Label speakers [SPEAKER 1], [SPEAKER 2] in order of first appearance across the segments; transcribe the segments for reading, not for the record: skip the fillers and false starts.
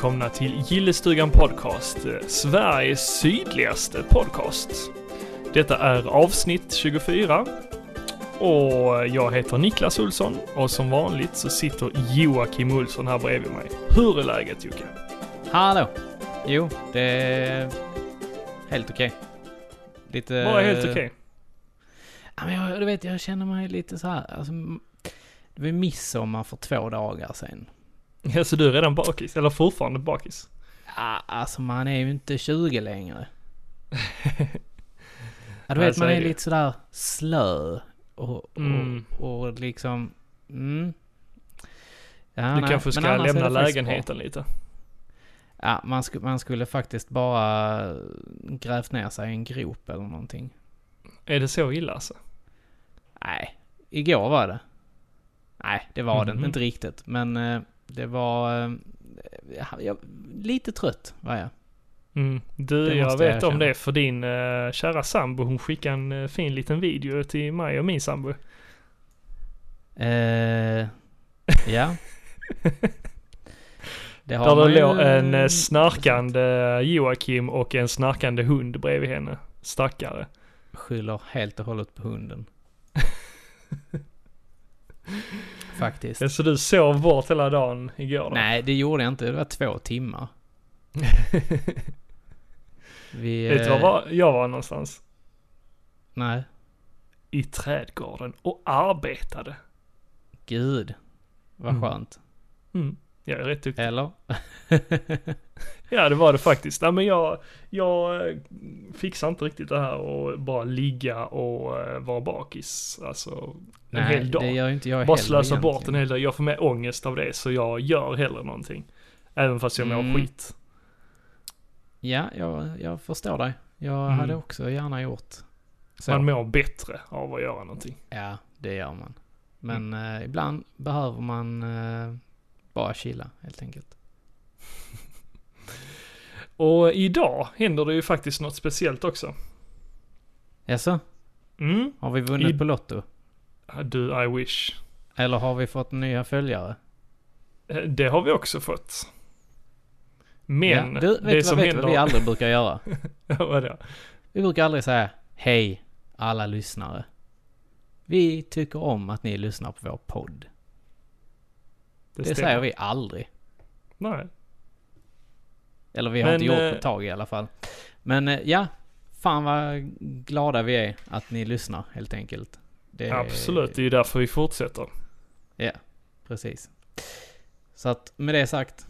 [SPEAKER 1] välkomna till Gillestugan Podcast, Sveriges sydligaste podcast. Detta är avsnitt 24 och jag heter Niklas Olsson och som vanligt så sitter Joakim Olsson här bredvid mig. Hur är läget, Jocke?
[SPEAKER 2] Hallå! Jo, det är helt okej. Lite...
[SPEAKER 1] Bara helt okej?
[SPEAKER 2] Ja, men du vet, jag känner mig lite så här. Alltså, det var midsommar för 2 dagar sedan.
[SPEAKER 1] Ja, så du är redan bakis? Eller fortfarande bakis?
[SPEAKER 2] Ja, alltså man är ju inte 20 längre. Ja, du vet, man är lite sådär slö. Och liksom... Ja,
[SPEAKER 1] du kanske ska lämna lägenheten lite.
[SPEAKER 2] Ja, man skulle faktiskt bara grävt ner sig i en grop eller någonting.
[SPEAKER 1] Är det så illa alltså?
[SPEAKER 2] Nej, igår var det. Nej, det var det inte riktigt. Men det var... lite trött var jag.
[SPEAKER 1] Jag vet om det för din kära sambo. Hon skickade en fin liten video till mig och min sambo.
[SPEAKER 2] Ja.
[SPEAKER 1] Där det låg en snarkande Joakim och en snarkande hund bredvid henne. Stackare.
[SPEAKER 2] Skyller helt och hållet på hunden. Faktiskt.
[SPEAKER 1] Ja, så du sov bort hela dagen igår då?
[SPEAKER 2] Nej, det gjorde jag inte. Det var 2 timmar.
[SPEAKER 1] Vet du var jag var någonstans?
[SPEAKER 2] Nej.
[SPEAKER 1] I trädgården och arbetade.
[SPEAKER 2] Gud, vad skönt.
[SPEAKER 1] Jag är rätt duktig.
[SPEAKER 2] Eller?
[SPEAKER 1] Ja, det var det faktiskt. Nej, men jag fixar inte riktigt det här och bara ligga och vara bakis. Alltså en hel dag.
[SPEAKER 2] Det gör inte jag
[SPEAKER 1] bara
[SPEAKER 2] heller
[SPEAKER 1] slösa
[SPEAKER 2] egentligen.
[SPEAKER 1] bort en hel dag. Jag får med ångest av det, så jag gör hellre någonting. Även fast jag mår skit.
[SPEAKER 2] Ja, jag förstår dig. Jag hade också gärna gjort så.
[SPEAKER 1] Man mår bättre av att göra någonting.
[SPEAKER 2] Ja, det gör man. Men ibland behöver man bara chilla, helt enkelt.
[SPEAKER 1] Och idag händer det ju faktiskt något speciellt också.
[SPEAKER 2] Jaså? Har vi vunnit på Lotto?
[SPEAKER 1] Du, I wish.
[SPEAKER 2] Eller har vi fått nya följare?
[SPEAKER 1] Det har vi också fått. Men
[SPEAKER 2] vet vad vi aldrig brukar göra?
[SPEAKER 1] Vad då?
[SPEAKER 2] Vi brukar aldrig säga hej alla lyssnare. Vi tycker om att ni lyssnar på vår podd. Det säger vi aldrig.
[SPEAKER 1] Nej.
[SPEAKER 2] Eller vi har inte gjort på ett tag i alla fall. Men ja, fan vad glada vi är att ni lyssnar helt enkelt.
[SPEAKER 1] Absolut, det är ju därför vi fortsätter.
[SPEAKER 2] Ja, precis. Så att med det sagt.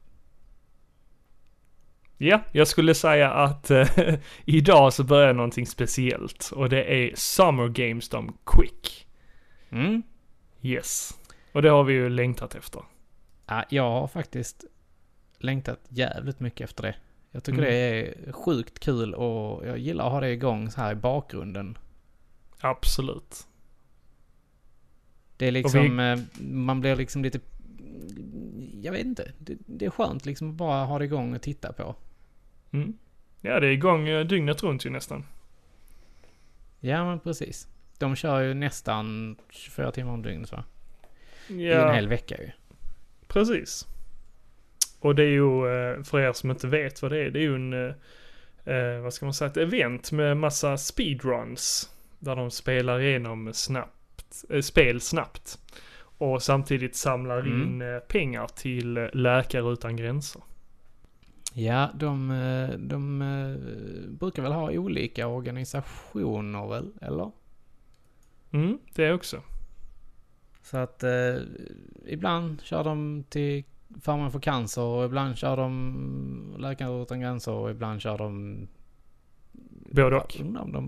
[SPEAKER 1] Ja, jag skulle säga att idag så börjar någonting speciellt. Och det är Summer Games Done Quick. Yes. Och det har vi ju längtat efter.
[SPEAKER 2] Ja, jag har faktiskt längtat jävligt mycket efter det. Jag tycker det är sjukt kul och jag gillar att ha det igång så här i bakgrunden.
[SPEAKER 1] Absolut.
[SPEAKER 2] Det är liksom, man blir liksom lite, jag vet inte, det är skönt liksom att bara ha det igång och titta på.
[SPEAKER 1] Ja, det är igång dygnet runt ju nästan.
[SPEAKER 2] Ja, men precis. De kör ju nästan 24 timmar om dygnet, va?
[SPEAKER 1] Ja.
[SPEAKER 2] I en hel vecka ju.
[SPEAKER 1] Precis. Och det är ju, för er som inte vet vad det är ju en, vad ska man säga, ett event med massa speedruns. Där de spelar igenom spel snabbt. Och samtidigt samlar in pengar till Läkare Utan Gränser.
[SPEAKER 2] Ja, de brukar väl ha olika organisationer väl, eller?
[SPEAKER 1] Det också.
[SPEAKER 2] Så att ibland kör de till Farmen för cancer och ibland kör de Läkare Utan Gränser och ibland kör de...
[SPEAKER 1] Både och.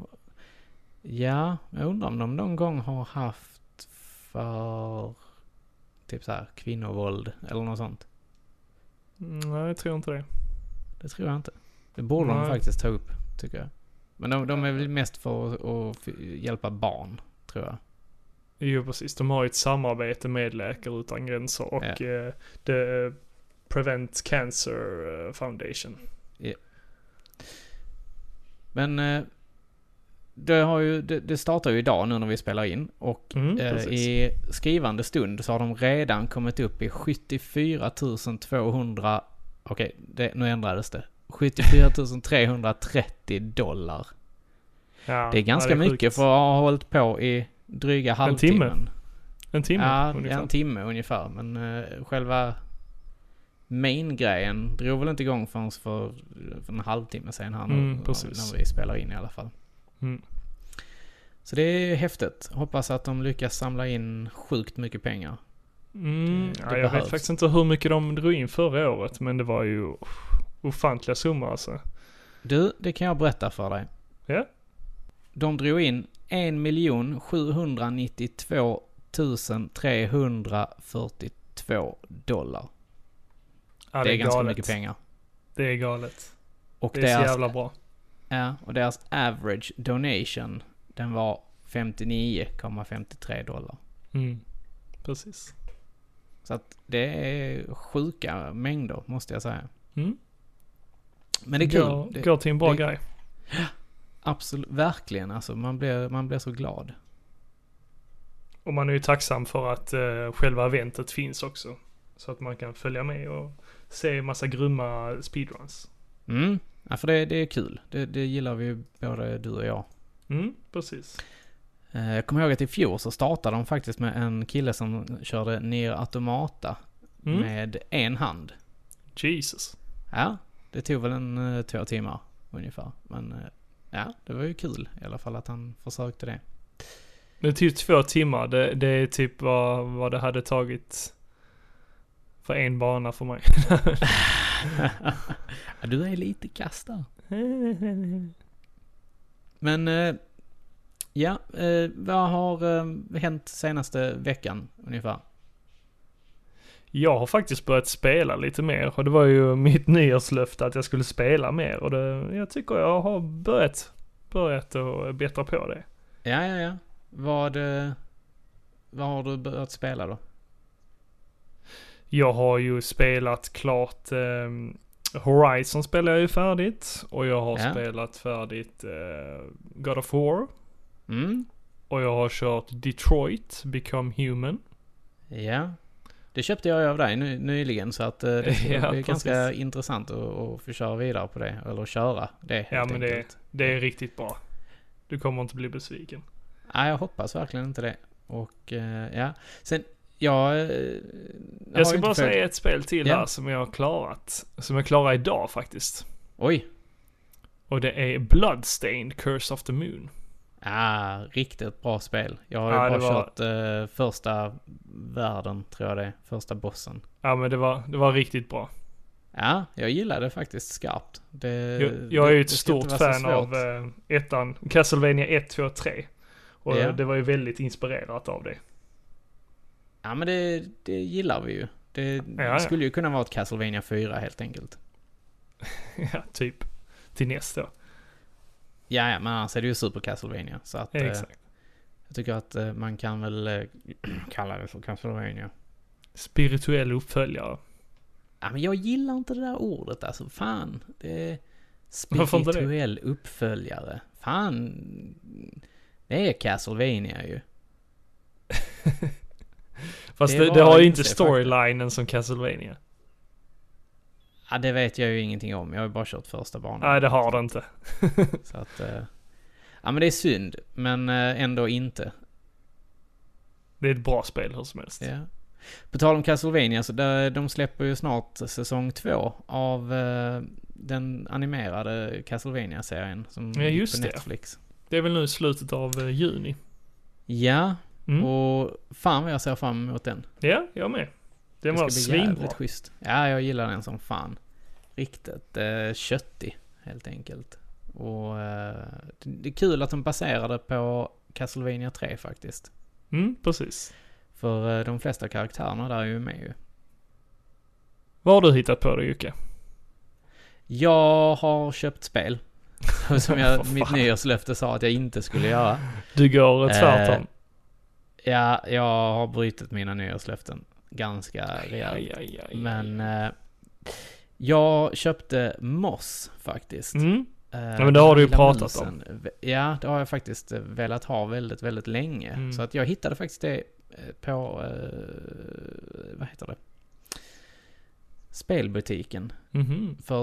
[SPEAKER 2] Jag undrar om de någon gång har haft för typ så här kvinnovåld eller något sånt.
[SPEAKER 1] Nej, jag tror inte det.
[SPEAKER 2] Det tror jag inte. Det borde de faktiskt ta upp, tycker jag. Men de är väl mest för att hjälpa barn, tror jag.
[SPEAKER 1] Jo, precis. De har ju ett samarbete med Läkare Utan Gränser och The Prevent Cancer Foundation.
[SPEAKER 2] Ja. Men det startar ju idag nu när vi spelar in. Och i skrivande stund så har de redan kommit upp i 74 200 Okej, nu ändrades det. $74,330.
[SPEAKER 1] Ja,
[SPEAKER 2] Det är ganska mycket för att ha hållit på i dryga halvtimmen.
[SPEAKER 1] En timme
[SPEAKER 2] Ja,
[SPEAKER 1] ungefär.
[SPEAKER 2] en timme ungefär. Men själva main-grejen drog väl inte igång förrän för en halvtimme sen här nu. När vi spelar in i alla fall.
[SPEAKER 1] Mm.
[SPEAKER 2] Så det är häftigt. Hoppas att de lyckas samla in sjukt mycket pengar.
[SPEAKER 1] Jag vet faktiskt inte hur mycket de drog in förra året, men det var ju ofantliga summor alltså.
[SPEAKER 2] Du, det kan jag berätta för dig.
[SPEAKER 1] Ja?
[SPEAKER 2] De drog in $1,792,342.
[SPEAKER 1] Ja,
[SPEAKER 2] det är ganska
[SPEAKER 1] galet.
[SPEAKER 2] mycket pengar.
[SPEAKER 1] Det är galet.
[SPEAKER 2] Och
[SPEAKER 1] det är så jävla bra.
[SPEAKER 2] Ja, och deras average donation, den var $59,53.
[SPEAKER 1] Precis.
[SPEAKER 2] Så att det är sjuka mängder, måste jag säga. Men det är kul.
[SPEAKER 1] Går till en bra grej.
[SPEAKER 2] Absolut, verkligen. Alltså, man blir så glad.
[SPEAKER 1] Och man är ju tacksam för att själva eventet finns också. Så att man kan följa med och se massa grymma speedruns.
[SPEAKER 2] Ja, för det är kul. Det gillar vi både du och jag.
[SPEAKER 1] Precis.
[SPEAKER 2] Jag kommer ihåg att i fjol så startade de faktiskt med en kille som körde Nier Automata med en hand.
[SPEAKER 1] Jesus.
[SPEAKER 2] Ja, det tog väl 2 timmar ungefär. Men ja, det var ju kul i alla fall att han försökte det.
[SPEAKER 1] Det tog 2 timmar. Det är typ vad det hade tagit för en bana för mig.
[SPEAKER 2] Du är lite kastad. Men vad har hänt senaste veckan ungefär?
[SPEAKER 1] Jag har faktiskt börjat spela lite mer. Och det var ju mitt nyårslöfte att jag skulle spela mer. Och jag tycker jag har börjat att bättra på det.
[SPEAKER 2] Ja. Vad har du börjat spela då?
[SPEAKER 1] Jag har ju spelat klart Horizon spelar jag ju färdigt. Och jag har spelat färdigt God of War. Och jag har kört Detroit Become Human.
[SPEAKER 2] Ja. Det köpte jag av dig nyligen, så att det är ganska intressant att få köra vidare på det. Eller köra det helt
[SPEAKER 1] men
[SPEAKER 2] enkelt.
[SPEAKER 1] Det är riktigt bra. Du kommer inte bli besviken.
[SPEAKER 2] Nej, jag hoppas verkligen inte det. Och sen jag
[SPEAKER 1] ska bara säga ett spel till här som jag har klarat. Som jag klarar idag faktiskt.
[SPEAKER 2] Oj.
[SPEAKER 1] Och det är Bloodstained Curse of the Moon.
[SPEAKER 2] Riktigt bra spel. Jag har ju bara kört första världen, tror jag det är. Första bossen.
[SPEAKER 1] Ja, men det var riktigt bra.
[SPEAKER 2] Ja, jag gillar det faktiskt skarpt.
[SPEAKER 1] Jag är ju ett stort fan av Castlevania 1, 2, 3. Och det var ju väldigt inspirerat av det.
[SPEAKER 2] Ja, men det gillar vi ju. Det skulle ju kunna vara ett Castlevania 4 helt enkelt.
[SPEAKER 1] Ja, typ. Till nästa år.
[SPEAKER 2] Ja, men annars är det ju Super Castlevania. Så att,
[SPEAKER 1] exakt.
[SPEAKER 2] Jag tycker att man kan väl kalla det för Castlevania.
[SPEAKER 1] Spirituell uppföljare.
[SPEAKER 2] Ja, men jag gillar inte det där ordet. Alltså, fan. Det är spirituell uppföljare. Fan. Det är Castlevania ju.
[SPEAKER 1] Fast det har ju inte storylinen som Castlevania.
[SPEAKER 2] Ja, det vet jag ju ingenting om. Jag har ju bara kört första banan.
[SPEAKER 1] Nej, det har det inte.
[SPEAKER 2] Så att... ja, men det är synd. Men ändå inte.
[SPEAKER 1] Det är ett bra spel hur som helst.
[SPEAKER 2] Ja. På tal om Castlevania, så de släpper ju snart säsong 2 av den animerade Castlevania-serien som gick på Netflix.
[SPEAKER 1] Det är väl nu i slutet av juni.
[SPEAKER 2] Ja, och fan vad jag ser fram emot den.
[SPEAKER 1] Ja, jag med. Den var svinbra.
[SPEAKER 2] Schysst. Ja, jag gillar den som fan. Riktigt köttig, helt enkelt. Och det är kul att de baserade på Castlevania 3 faktiskt.
[SPEAKER 1] Precis.
[SPEAKER 2] För de flesta karaktärerna där är ju med ju.
[SPEAKER 1] Vad har du hittat på då, Jocke?
[SPEAKER 2] Jag har köpt spel. Som mitt nyårslöfte sa att jag inte skulle göra.
[SPEAKER 1] Du går tvärtom.
[SPEAKER 2] Ja, jag har brutit mina nyårslöften ganska rejält. Men jag köpte Moss faktiskt.
[SPEAKER 1] Ja, men det har du ju pratat om.
[SPEAKER 2] Ja, det har jag faktiskt velat ha väldigt, väldigt länge. Så att jag hittade faktiskt det på vad heter det? spelbutiken
[SPEAKER 1] Mhm.
[SPEAKER 2] för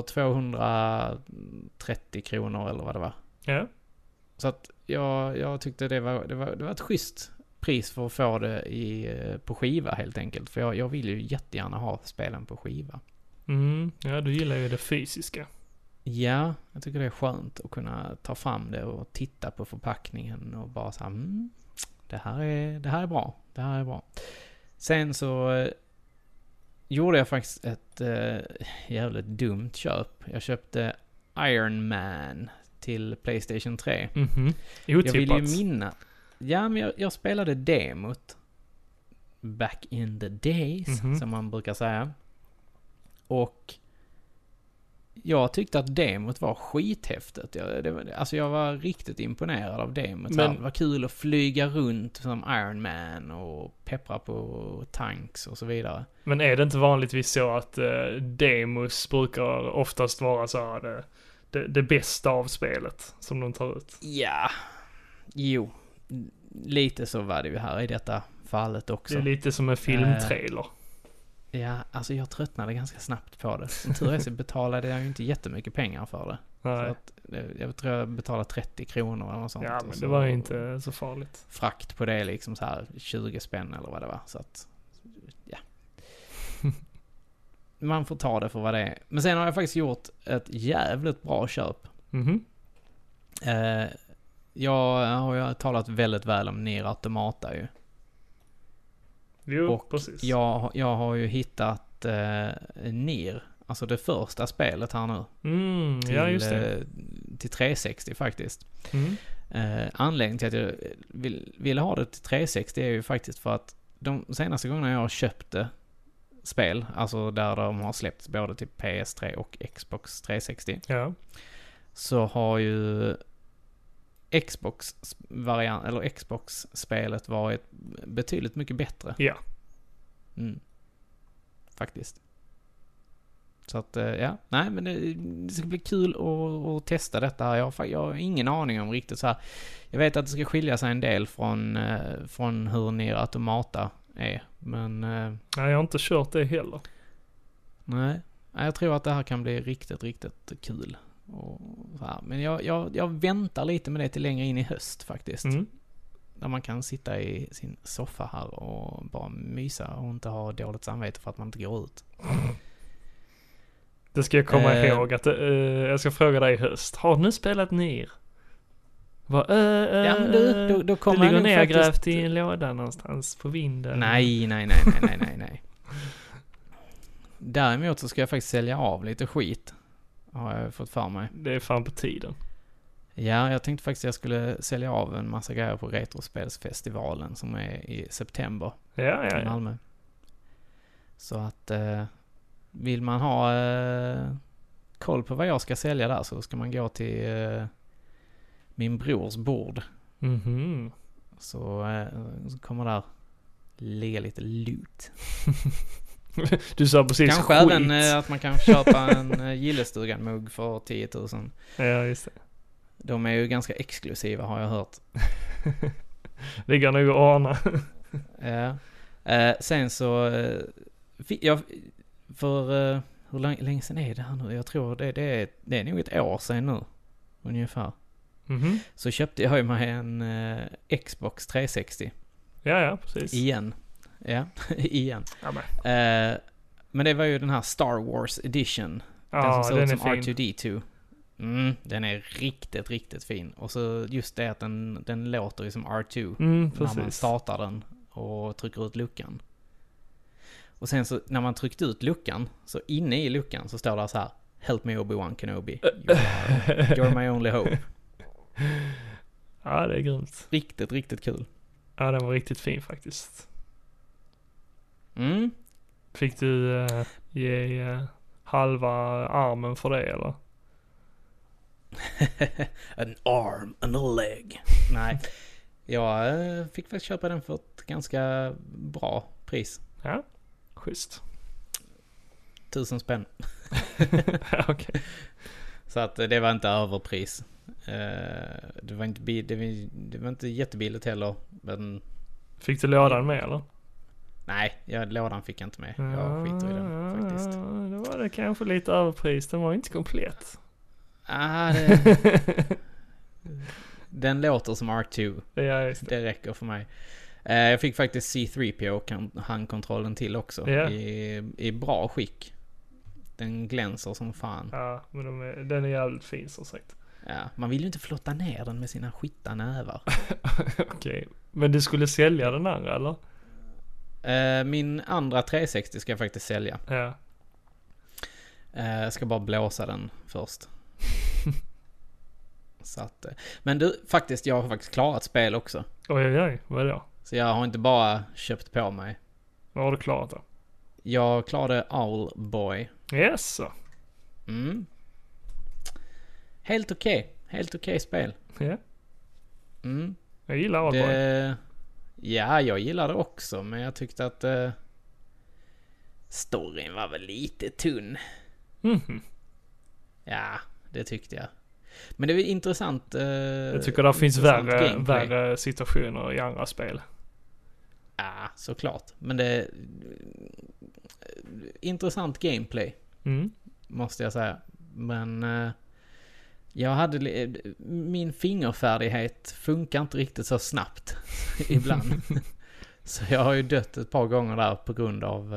[SPEAKER 2] 230 kronor eller vad det var.
[SPEAKER 1] Ja.
[SPEAKER 2] Så att jag tyckte det var ett schysst pris för att få det på skiva helt enkelt. För jag vill ju jättegärna ha spelen på skiva.
[SPEAKER 1] Ja, du gillar ju det fysiska.
[SPEAKER 2] Ja, jag tycker det är skönt att kunna ta fram det och titta på förpackningen och bara så här, det här är bra. Det här är bra. Sen så gjorde jag faktiskt ett jävligt dumt köp. Jag köpte Iron Man till PlayStation 3. Jag vill ju minna. Ja, men jag spelade demot back in the days, som man brukar säga. Och jag tyckte att demot var skithäftigt. Jag var riktigt imponerad av demot. Det var kul att flyga runt som Iron Man och peppra på tanks och så vidare.
[SPEAKER 1] Men är det inte vanligtvis så att demos brukar oftast vara så här det bästa av spelet som de tar ut?
[SPEAKER 2] Ja, jo. Lite så var det ju här i detta fallet också.
[SPEAKER 1] Det är lite som en filmtrailer.
[SPEAKER 2] Ja, alltså jag tröttnade ganska snabbt på det. Som tur är så betalade jag ju inte jättemycket pengar för det.
[SPEAKER 1] Nej.
[SPEAKER 2] Så att, jag tror jag betalade 30 kronor eller något sånt.
[SPEAKER 1] Ja, men det var ju inte så farligt.
[SPEAKER 2] Frakt på det liksom så här 20 spänn eller vad det var. Så att, ja. Man får ta det för vad det är. Men sen har jag faktiskt gjort ett jävligt bra köp. Jag har ju talat väldigt väl om Nier Automata ju.
[SPEAKER 1] Jo,
[SPEAKER 2] och
[SPEAKER 1] precis.
[SPEAKER 2] Jag har ju hittat Nier, alltså det första spelet här nu.
[SPEAKER 1] Ja, just det.
[SPEAKER 2] Till 360 faktiskt. Anledningen till att jag ville ha det till 360 är ju faktiskt för att de senaste gångerna jag köpte spel, alltså där de har släppts både till PS3 och Xbox 360.
[SPEAKER 1] Ja.
[SPEAKER 2] Så har ju Xbox-spelet varit betydligt mycket bättre.
[SPEAKER 1] Ja.
[SPEAKER 2] Faktiskt. Så att, ja. Nej, men det ska bli kul att testa detta här. Jag har ingen aning om riktigt så här. Jag vet att det ska skilja sig en del från hur Nier Automata är. Men...
[SPEAKER 1] Nej, jag har inte kört det heller.
[SPEAKER 2] Nej. Jag tror att det här kan bli riktigt, riktigt kul. Och så här. Men jag väntar lite med det till längre in i höst faktiskt. Där man kan sitta i sin soffa här och bara mysa och inte ha dåligt samvete för att man inte går ut.
[SPEAKER 1] Det ska jag komma ihåg att jag ska fråga dig i höst. Har du spelat Nier?
[SPEAKER 2] Ja, men då kommer
[SPEAKER 1] det ligger nergrävt
[SPEAKER 2] faktiskt...
[SPEAKER 1] i en låda någonstans på vinden.
[SPEAKER 2] Nej. Däremot så ska jag faktiskt sälja av lite skit. Har jag fått för mig.
[SPEAKER 1] Det är fan på tiden.
[SPEAKER 2] Ja, jag tänkte faktiskt att jag skulle sälja av en massa grejer på Retrospelsfestivalen som är i september.
[SPEAKER 1] Ja.
[SPEAKER 2] I Malmö. Så att vill man ha koll på vad jag ska sälja där så ska man gå till min brors bord. Så kommer där ligga lite loot.
[SPEAKER 1] Du sa precis
[SPEAKER 2] kanske
[SPEAKER 1] skit.
[SPEAKER 2] Även att man kan köpa en Gillestugan-mugg för 10 000.
[SPEAKER 1] Ja, just det.
[SPEAKER 2] De är ju ganska exklusiva har jag hört.
[SPEAKER 1] Det går nog att ordna.
[SPEAKER 2] Ja. Sen så hur länge sedan är det här nu? Jag tror det är nog ett år sedan nu ungefär. Så köpte jag ju mig en Xbox 360.
[SPEAKER 1] Ja, precis.
[SPEAKER 2] Igen. Ja, igen. Men det var ju den här Star Wars Edition. Den som ser ut som R2D2. Den är riktigt, riktigt fin. Och så just det att den låter ju som R2 när man startar den och trycker ut luckan. Och sen så när man tryckt ut luckan, så inne i luckan så står det så här: Help me Obi-Wan Kenobi. You're my only hope.
[SPEAKER 1] Ja, det är grymt.
[SPEAKER 2] Riktigt, riktigt kul.
[SPEAKER 1] Ja, den var riktigt fin faktiskt.
[SPEAKER 2] Mm.
[SPEAKER 1] Fick du ge halva armen för det, eller?
[SPEAKER 2] An arm and a leg. Nej, jag fick faktiskt köpa den för ett ganska bra pris.
[SPEAKER 1] Ja, schysst.
[SPEAKER 2] 1000 spänn.
[SPEAKER 1] Okej.
[SPEAKER 2] Så att det var inte överpris. Det var inte jättebilligt heller. Men...
[SPEAKER 1] Fick du lådan med, eller?
[SPEAKER 2] Nej, lådan fick jag inte med. Jag skiter i den faktiskt.
[SPEAKER 1] Då var det kanske lite överpris. Den var inte komplett.
[SPEAKER 2] Den låter som R2.
[SPEAKER 1] Ja, just
[SPEAKER 2] det räcker för mig. Jag fick faktiskt C3PO handkontrollen till också.
[SPEAKER 1] Ja.
[SPEAKER 2] I bra skick. Den glänser som fan.
[SPEAKER 1] Ja, men den är jävligt fin som sagt.
[SPEAKER 2] Ja, man vill ju inte flotta ner den med sina skitta nävar.
[SPEAKER 1] Okej. Men du skulle sälja den andra, eller?
[SPEAKER 2] Min andra 360 ska jag faktiskt sälja.
[SPEAKER 1] Ja.
[SPEAKER 2] Jag ska bara blåsa den först. Så att, men du, faktiskt, jag har faktiskt klarat spel också.
[SPEAKER 1] Oj, vad är det?
[SPEAKER 2] Så jag har inte bara köpt på mig.
[SPEAKER 1] Vad har du klarat då?
[SPEAKER 2] Jag klarade Owlboy.
[SPEAKER 1] Yes.
[SPEAKER 2] Helt okej spel.
[SPEAKER 1] Ja.
[SPEAKER 2] Mm.
[SPEAKER 1] Jag gillar Owlboy.
[SPEAKER 2] Ja, jag gillar det också, men jag tyckte att storyn var väl lite tunn. Ja, det tyckte jag. Men det är intressant.
[SPEAKER 1] Jag tycker det finns värre situationer i andra spel.
[SPEAKER 2] Ja, såklart. Men det är intressant gameplay. Måste jag säga. Men jag hade min fingerfärdighet funkar inte riktigt så snabbt ibland. Så jag har ju dött ett par gånger där på grund av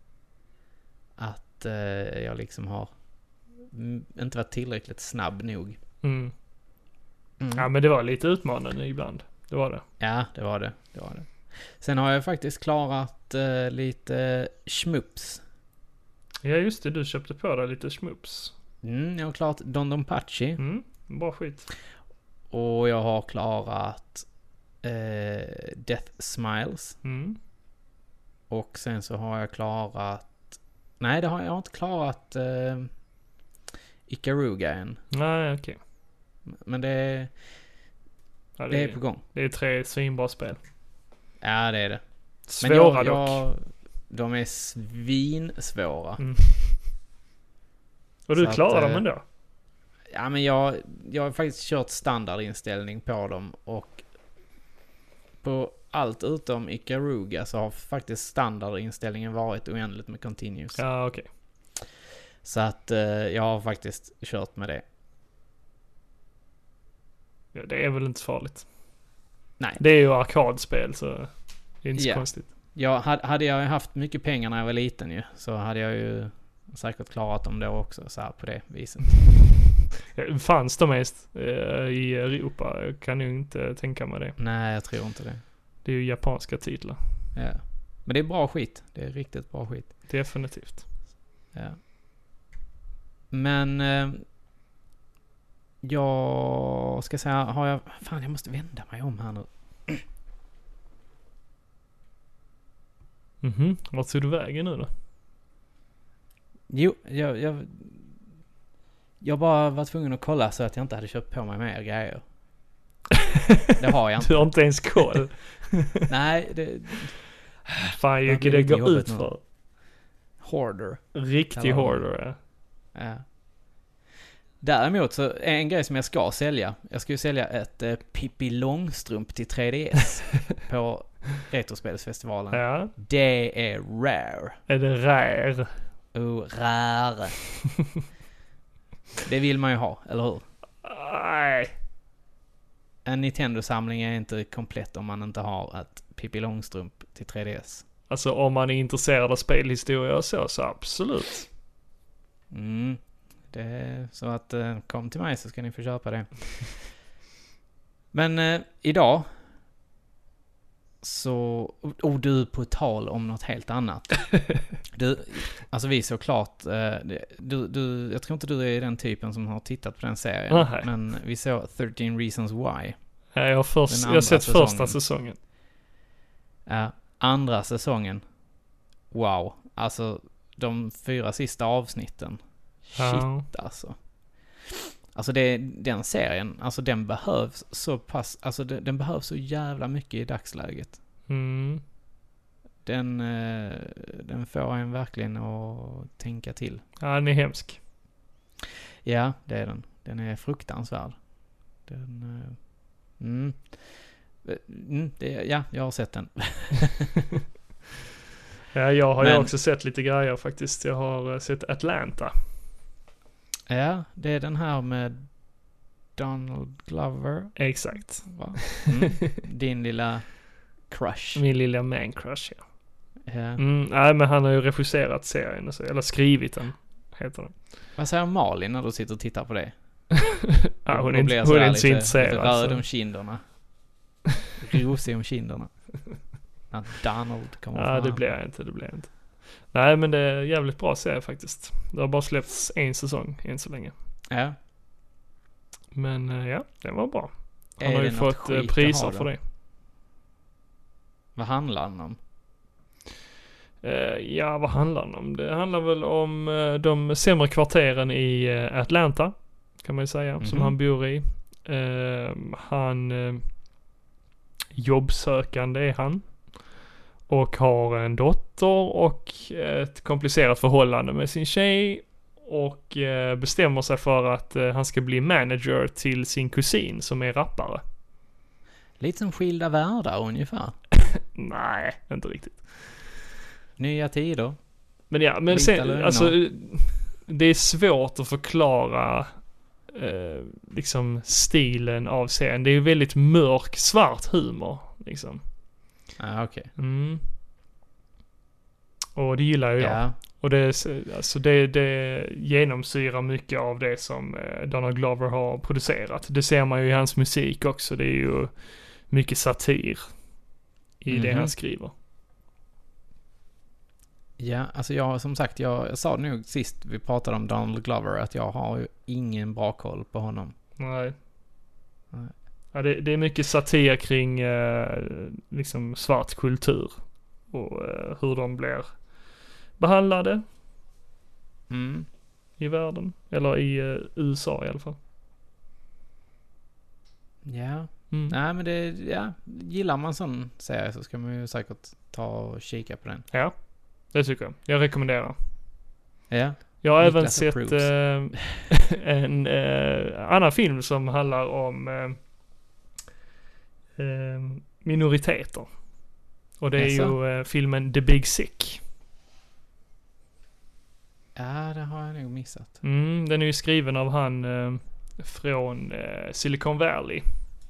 [SPEAKER 2] att jag liksom har inte varit tillräckligt snabb nog.
[SPEAKER 1] Ja, men det var lite utmanande ibland. Det var det.
[SPEAKER 2] Ja, det var det. Sen har jag faktiskt klarat lite schmups.
[SPEAKER 1] Ja, just det. Du köpte på dig lite schmups.
[SPEAKER 2] Jag har klarat Don Don Pachi.
[SPEAKER 1] Bra skit.
[SPEAKER 2] Och jag har klarat Death Smiles. Och sen så har jag klarat... Nej, jag har inte klarat Ikaruga än.
[SPEAKER 1] Nej, okej.
[SPEAKER 2] Men det är på gång.
[SPEAKER 1] Det är 3 svinbra spel.
[SPEAKER 2] Ja, det är det.
[SPEAKER 1] Svåra dock.
[SPEAKER 2] De är svinsvåra.
[SPEAKER 1] Och du klarar dem ändå?
[SPEAKER 2] Ja, men jag har faktiskt kört standardinställning på dem. Och på allt utom Ikaruga så har faktiskt standardinställningen varit oändligt med continuous.
[SPEAKER 1] Ja, okej.
[SPEAKER 2] Så att jag har faktiskt kört med det.
[SPEAKER 1] Ja, det är väl inte farligt.
[SPEAKER 2] Nej.
[SPEAKER 1] Det är ju arkadspel, så det är inte så konstigt.
[SPEAKER 2] Hade jag haft mycket pengar när jag var liten ju, så hade jag ju säkert klarat dem då också, så här på det viset.
[SPEAKER 1] Fanns de mest i Europa? Jag kan ju inte tänka mig det.
[SPEAKER 2] Nej, jag tror inte det.
[SPEAKER 1] Det är ju japanska titlar.
[SPEAKER 2] Ja. Men det är bra skit. Det är riktigt bra skit.
[SPEAKER 1] Definitivt.
[SPEAKER 2] Ja. Men jag ska säga, jag måste vända mig om här nu.
[SPEAKER 1] Vart tog du vägen nu då?
[SPEAKER 2] Jo, jag bara var tvungen att kolla så att jag inte hade köpt på mig mer grejer. Det har jag inte.
[SPEAKER 1] Du har inte ens koll.
[SPEAKER 2] Nej, det...
[SPEAKER 1] Fan, Jocke, det går ut för.
[SPEAKER 2] Hoarder.
[SPEAKER 1] Riktig hoarder,
[SPEAKER 2] ja. Däremot så är en grej som jag ska sälja. Jag ska ju sälja ett Pippi Långstrump till 3DS på Retrospelsfestivalen. Ja. Det är rare.
[SPEAKER 1] Är det rare?
[SPEAKER 2] Rare. Det vill man ju ha, eller hur?
[SPEAKER 1] Nej.
[SPEAKER 2] En Nintendo-samling är inte komplett om man inte har ett Pippi Långstrump till 3DS.
[SPEAKER 1] Alltså om man är intresserad av spelhistoria och så absolut.
[SPEAKER 2] Det är så att kom till mig så ska ni få köpa det. Men idag så... du, på tal om något helt annat. Alltså vi såklart... jag tror inte du är den typen som har tittat på den serien. Men vi såg 13 Reasons Why.
[SPEAKER 1] Ja, jag har sett första säsongen.
[SPEAKER 2] Ja, andra säsongen. Wow. Alltså de 4 sista avsnitten. Shit alltså. Alltså den serien, alltså den behövs så pass, alltså den behövs så jävla mycket i dagsläget. Den får en verkligen att tänka till.
[SPEAKER 1] Ja, den är hemsk.
[SPEAKER 2] Ja, det är den. Den är fruktansvärd. Ja, jag har sett den.
[SPEAKER 1] Ja, jag har ju
[SPEAKER 2] Men-
[SPEAKER 1] också sett lite grejer faktiskt. Jag har sett Atlanta.
[SPEAKER 2] Ja, det är den här med Donald Glover,
[SPEAKER 1] Exakt.
[SPEAKER 2] va? Din lilla crush.
[SPEAKER 1] Min lilla man crush, ja.
[SPEAKER 2] Ja.
[SPEAKER 1] Nej, men han har ju regisserat serien, och så, eller skrivit den, heter den.
[SPEAKER 2] Vad säger Malin när du sitter och tittar på det?
[SPEAKER 1] Ja, hon
[SPEAKER 2] Då
[SPEAKER 1] är
[SPEAKER 2] blir
[SPEAKER 1] inte
[SPEAKER 2] jag
[SPEAKER 1] så
[SPEAKER 2] lite
[SPEAKER 1] intresserad.
[SPEAKER 2] röd
[SPEAKER 1] Så.
[SPEAKER 2] om kinderna. Rosig om kinderna. När Donald kommer
[SPEAKER 1] Ja,
[SPEAKER 2] fram.
[SPEAKER 1] det blir jag inte. Nej, men det är jävligt bra serie faktiskt. Det har bara släppts en säsong än så länge.
[SPEAKER 2] Ja.
[SPEAKER 1] Men ja, den var bra. Han
[SPEAKER 2] Är
[SPEAKER 1] har ju
[SPEAKER 2] det något
[SPEAKER 1] fått
[SPEAKER 2] skit att
[SPEAKER 1] priser
[SPEAKER 2] ha
[SPEAKER 1] för
[SPEAKER 2] då?
[SPEAKER 1] det.
[SPEAKER 2] Vad handlar den om?
[SPEAKER 1] Ja, vad handlar den om? Det handlar väl om de sämre kvarteren i Atlanta, kan man ju säga, som
[SPEAKER 2] Mhm.
[SPEAKER 1] han bor i. Han jobbsökande är han. Och har en dotter och ett komplicerat förhållande med sin tjej. Och bestämmer sig för att han ska bli manager till sin kusin som är rappare.
[SPEAKER 2] Lite som Skilda världar ungefär.
[SPEAKER 1] Nej, inte riktigt.
[SPEAKER 2] Nya tider.
[SPEAKER 1] Men ja, men
[SPEAKER 2] Vita
[SPEAKER 1] sen,
[SPEAKER 2] lögner.
[SPEAKER 1] alltså, det är svårt att förklara liksom stilen av serien. Det är ju väldigt mörk, svart humor, liksom.
[SPEAKER 2] Ja, okej.
[SPEAKER 1] Och det gillar ju jag.
[SPEAKER 2] Ja.
[SPEAKER 1] Och det genomsyrar mycket av det som Donald Glover har producerat. Det ser man ju i hans musik också. Det är ju mycket satir i det
[SPEAKER 2] Mhm.
[SPEAKER 1] han skriver.
[SPEAKER 2] Ja, alltså jag sa nog sist vi pratade om Donald Glover att jag har ju ingen bra koll på honom.
[SPEAKER 1] Nej.
[SPEAKER 2] Nej.
[SPEAKER 1] Ja, det är mycket satir kring liksom svart kultur. Och hur de blir behandlade
[SPEAKER 2] Mm.
[SPEAKER 1] i världen. Eller i USA i alla fall.
[SPEAKER 2] Ja.
[SPEAKER 1] Mm.
[SPEAKER 2] Nej, men gillar man sån serie så ska man ju säkert ta och kika på den.
[SPEAKER 1] Ja, det tycker jag. Jag rekommenderar.
[SPEAKER 2] Ja.
[SPEAKER 1] Jag har även
[SPEAKER 2] Niklas
[SPEAKER 1] sett
[SPEAKER 2] approves.
[SPEAKER 1] en annan film som handlar om minoriteter. Och det är
[SPEAKER 2] Jaså?
[SPEAKER 1] ju filmen The Big Sick.
[SPEAKER 2] Ja, det har jag nog missat.
[SPEAKER 1] Den är ju skriven av han från Silicon Valley.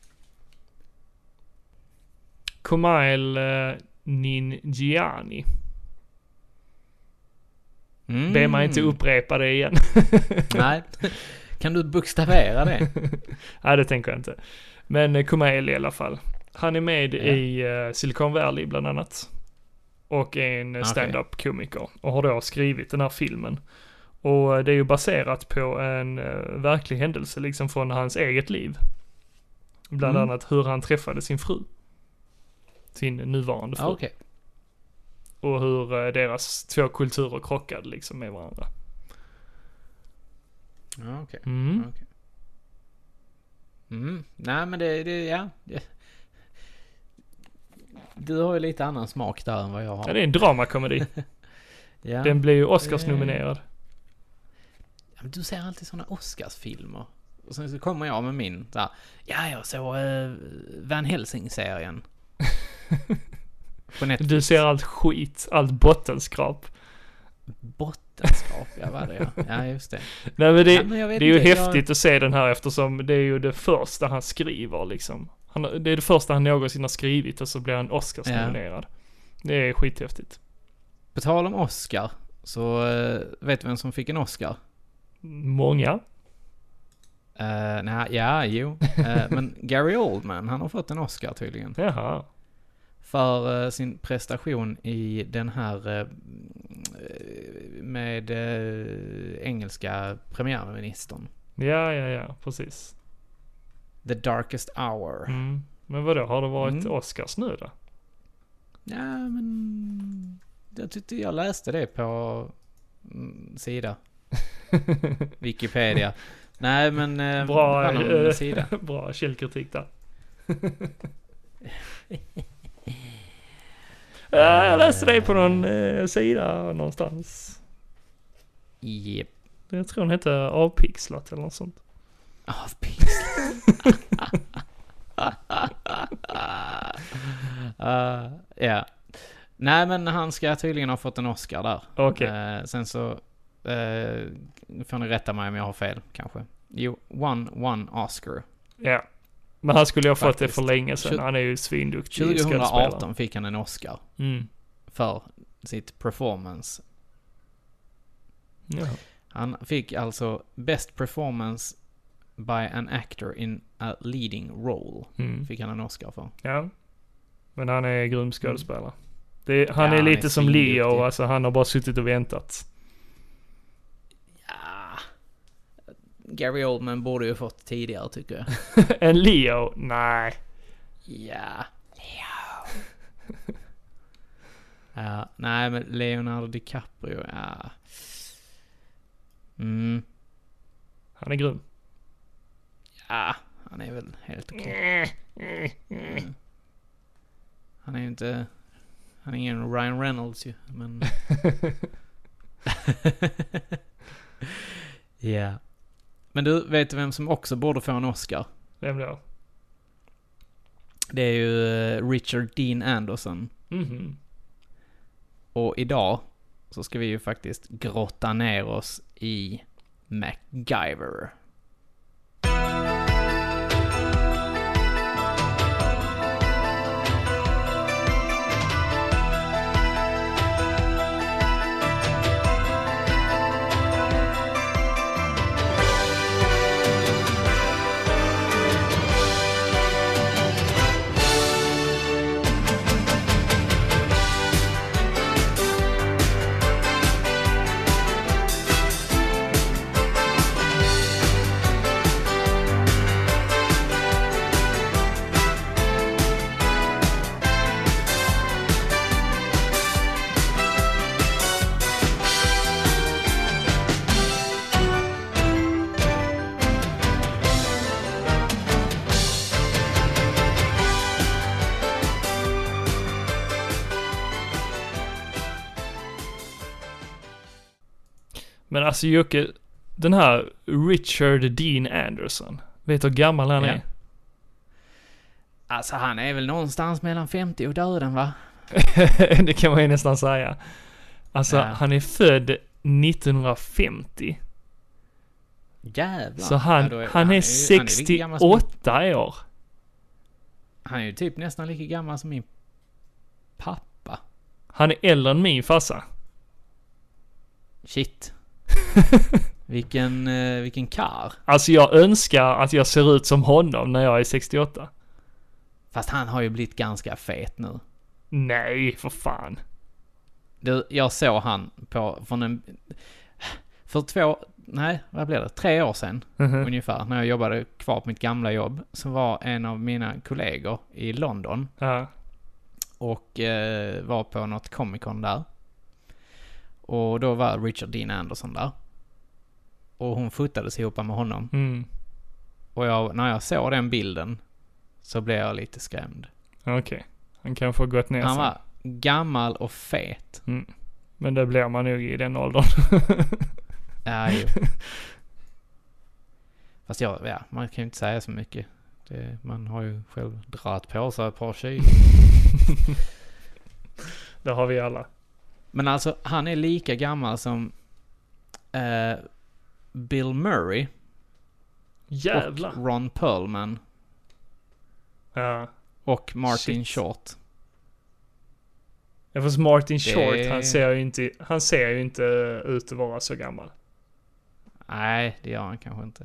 [SPEAKER 1] Kumail Nanjiani. Be mig inte upprepa det igen.
[SPEAKER 2] Nej. Kan du bokstavera det?
[SPEAKER 1] Nej, det tänker jag inte. Men Kumail i alla fall. Han är med i Silicon Valley bland annat. Och är en stand-up komiker. Och har då skrivit den här filmen. Och det är ju baserat på en verklig händelse liksom från hans eget liv. Bland annat hur han träffade sin fru. Sin nuvarande fru.
[SPEAKER 2] Okej.
[SPEAKER 1] Och hur deras två kulturer krockade liksom med varandra.
[SPEAKER 2] Ja, okej.
[SPEAKER 1] Mm.
[SPEAKER 2] Okej. Nej, men det. Du har ju lite annan smak där än vad jag har.
[SPEAKER 1] Ja, det är en dramakomedi.
[SPEAKER 2] Ja.
[SPEAKER 1] Den blev ju Oscars-nominerad.
[SPEAKER 2] Ja, men du ser alltid såna Oscarsfilmer. Och sen så kommer jag med min där. Ja, jag såg Van Helsing-serien. På Netflix.
[SPEAKER 1] Du ser allt skit, allt bottenskrap.
[SPEAKER 2] Bottenskap, ja, vad det ja. Ja, just det.
[SPEAKER 1] Nej, men
[SPEAKER 2] Ja, men jag vet
[SPEAKER 1] det är ju
[SPEAKER 2] inte,
[SPEAKER 1] häftigt att se den här eftersom det är ju det första han skriver liksom. Det är det första han någonsin har skrivit och så blir han Oscars-nominerad. Det är skithäftigt.
[SPEAKER 2] På tal om Oscar, så vet du vem som fick en Oscar?
[SPEAKER 1] Många.
[SPEAKER 2] Men Gary Oldman, han har fått en Oscar tydligen.
[SPEAKER 1] Jaha.
[SPEAKER 2] För sin prestation i den här med engelska premiärministern.
[SPEAKER 1] Ja, precis.
[SPEAKER 2] The Darkest Hour.
[SPEAKER 1] Men vadå, har det varit Oscars nu då?
[SPEAKER 2] Ja, men jag tyckte jag läste det på sida. Wikipedia. Nej, men
[SPEAKER 1] Bra,
[SPEAKER 2] sida.
[SPEAKER 1] Bra källkritik där. Jag läste det på någon sida någonstans.
[SPEAKER 2] Yep.
[SPEAKER 1] Jag tror den heter Avpixlat eller något sånt.
[SPEAKER 2] Avpixlat. Ja. Nej, men han ska tydligen ha fått en Oscar där.
[SPEAKER 1] Okej.
[SPEAKER 2] Sen så får ni rätta mig om jag har fel, kanske. Jo, one Oscar.
[SPEAKER 1] Ja. Men han skulle ju ha fått det
[SPEAKER 2] Faktiskt.
[SPEAKER 1] för länge sedan. Han är ju svinduktig skådespelare.
[SPEAKER 2] 2018 fick han en Oscar
[SPEAKER 1] Mm.
[SPEAKER 2] för sitt performance.
[SPEAKER 1] Ja.
[SPEAKER 2] Han fick alltså Best Performance by an actor in a leading role.
[SPEAKER 1] Mm.
[SPEAKER 2] Fick han en Oscar för.
[SPEAKER 1] Ja. Men han är grym skådespelare. Han
[SPEAKER 2] Ja,
[SPEAKER 1] är
[SPEAKER 2] han
[SPEAKER 1] lite
[SPEAKER 2] är
[SPEAKER 1] som
[SPEAKER 2] svinduktig.
[SPEAKER 1] Leo. Alltså han har bara suttit och väntat.
[SPEAKER 2] Ja. Gary Oldman borde ju fått tidigare, tycker jag.
[SPEAKER 1] En Leo? Nej.
[SPEAKER 2] Ja. Leo. Ja, nej, men Leonardo DiCaprio, ja.
[SPEAKER 1] Han är grym.
[SPEAKER 2] Ja, han är väl helt okej. Han är ju inte... Han är ingen Ryan Reynolds ju, men... Ja. Men du, vet vem som också borde få en Oscar?
[SPEAKER 1] Vem då?
[SPEAKER 2] Det är ju Richard Dean Anderson.
[SPEAKER 1] Mhm.
[SPEAKER 2] Och idag så ska vi ju faktiskt grotta ner oss i MacGyver.
[SPEAKER 1] Men alltså Jocke, den här Richard Dean Anderson, vet du hur gammal han är?
[SPEAKER 2] Alltså han är väl någonstans mellan 50 och döden, va?
[SPEAKER 1] Det kan man ju nästan säga. Alltså han är född 1950.
[SPEAKER 2] Jävlar.
[SPEAKER 1] Så han är 68 år.
[SPEAKER 2] Han är ju typ nästan lika gammal som min pappa.
[SPEAKER 1] Han är äldre än min farsa.
[SPEAKER 2] Shit. Vilken kar.
[SPEAKER 1] Alltså jag önskar att jag ser ut som honom när jag är 68.
[SPEAKER 2] Fast han har ju blivit ganska fet nu.
[SPEAKER 1] Nej, för fan.
[SPEAKER 2] Du, jag såg han för 3 år sedan ungefär, när jag jobbade kvar på mitt gamla jobb, så var en av mina kollegor i London och var på något Comic-Con där. Och då var Richard Dean Anderson där. Och hon fotades ihop med honom. Och när jag såg den bilden så blev jag lite skrämd.
[SPEAKER 1] Okej. Han kanske har gått ner
[SPEAKER 2] Han
[SPEAKER 1] sen.
[SPEAKER 2] var gammal och fet.
[SPEAKER 1] Men det blir man nog i den åldern.
[SPEAKER 2] Ja, ju. Fast man kan ju inte säga så mycket. Man har ju själv dragit på sig ett par kilo.
[SPEAKER 1] Det har vi alla.
[SPEAKER 2] Men alltså, han är lika gammal som Bill Murray.
[SPEAKER 1] Jävlar.
[SPEAKER 2] Och Ron Perlman.
[SPEAKER 1] Ja.
[SPEAKER 2] Och Martin Short.
[SPEAKER 1] Ja, fast Martin Short, han ser ju inte ut att vara så gammal.
[SPEAKER 2] Nej, det gör han kanske inte.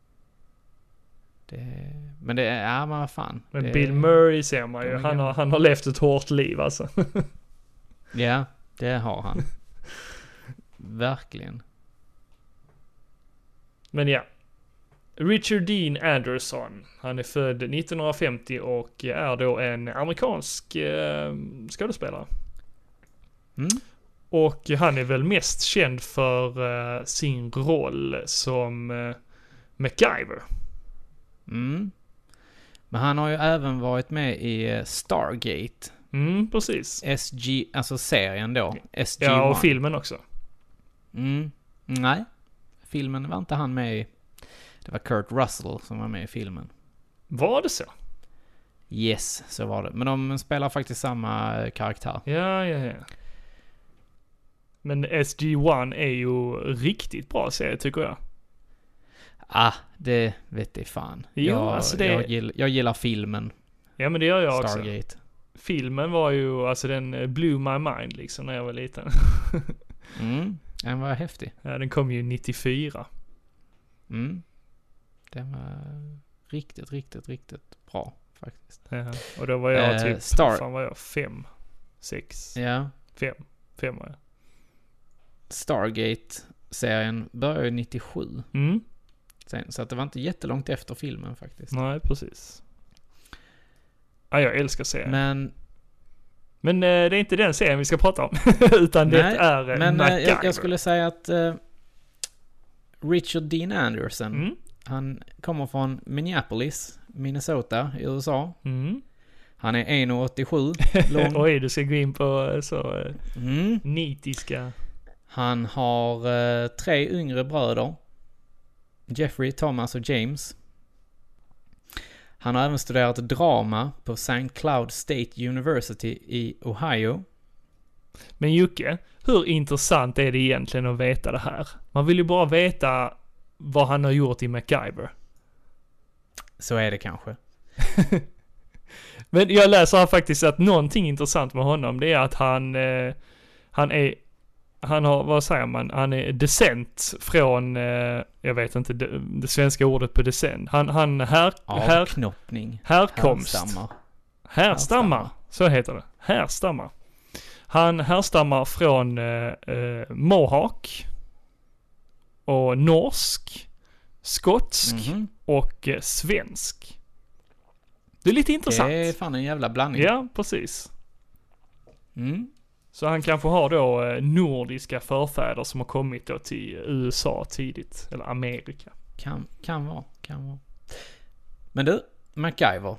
[SPEAKER 2] Men men vad fan.
[SPEAKER 1] Men Bill Murray ser man ju. Han har levt ett hårt liv alltså.
[SPEAKER 2] Ja, det har han. Verkligen.
[SPEAKER 1] Men ja. Richard Dean Anderson. Han är född 1950 och är då en amerikansk skådespelare. Och han är väl mest känd för sin roll som MacGyver.
[SPEAKER 2] Men han har ju även varit med i Stargate.
[SPEAKER 1] Precis.
[SPEAKER 2] Alltså serien då. SG-1.
[SPEAKER 1] Ja, och filmen också.
[SPEAKER 2] Nej, filmen var inte han med i. Det var Kurt Russell som var med i filmen.
[SPEAKER 1] Var det så?
[SPEAKER 2] Yes, så var det. Men de spelar faktiskt samma karaktär.
[SPEAKER 1] Ja. Men SG-1 är ju riktigt bra serie tycker jag.
[SPEAKER 2] Det vet jag fan.
[SPEAKER 1] Jo, alltså
[SPEAKER 2] jag gillar filmen.
[SPEAKER 1] Ja, men det gör jag också.
[SPEAKER 2] Stargate.
[SPEAKER 1] Filmen var ju, alltså den blew my mind liksom när jag var liten.
[SPEAKER 2] Den var häftig.
[SPEAKER 1] Ja, den kom ju 94.
[SPEAKER 2] Den var riktigt bra faktiskt.
[SPEAKER 1] Ja, och då var jag typ, fan var jag 5, 6,
[SPEAKER 2] ja.
[SPEAKER 1] 5 var jag.
[SPEAKER 2] Stargate-serien började ju 97. Sen, så att det var inte jättelångt efter filmen faktiskt.
[SPEAKER 1] Nej, precis. Ja, jag älskar serien. Men det är inte den serien vi ska prata om. Utan det är MacGyver.
[SPEAKER 2] Jag skulle säga att Richard Dean Anderson, han kommer från Minneapolis, Minnesota i USA. Han är 1,87 lång.
[SPEAKER 1] Oj, du ska gå in på så nitiska.
[SPEAKER 2] Han har 3 yngre bröder. Jeffrey, Thomas och James. Han har även studerat drama på St. Cloud State University i Ohio.
[SPEAKER 1] Men Jocke, hur intressant är det egentligen att veta det här? Man vill ju bara veta vad han har gjort i MacGyver. Så
[SPEAKER 2] är det kanske.
[SPEAKER 1] Men jag läser här faktiskt att någonting intressant med honom, det är att han har, vad säger man, han är descent från, jag vet inte det svenska ordet på descent.
[SPEAKER 2] Avknoppning.
[SPEAKER 1] Härkomst. Härstammar. Så heter det. Härstammar. Han härstammar från Mohawk och norsk, skotsk och svensk. Det är lite intressant.
[SPEAKER 2] Det är fan en jävla blandning.
[SPEAKER 1] Ja, precis. Så han kanske har då nordiska förfäder som har kommit då till USA tidigt. Eller Amerika.
[SPEAKER 2] Kan vara. Men du, MacGyver.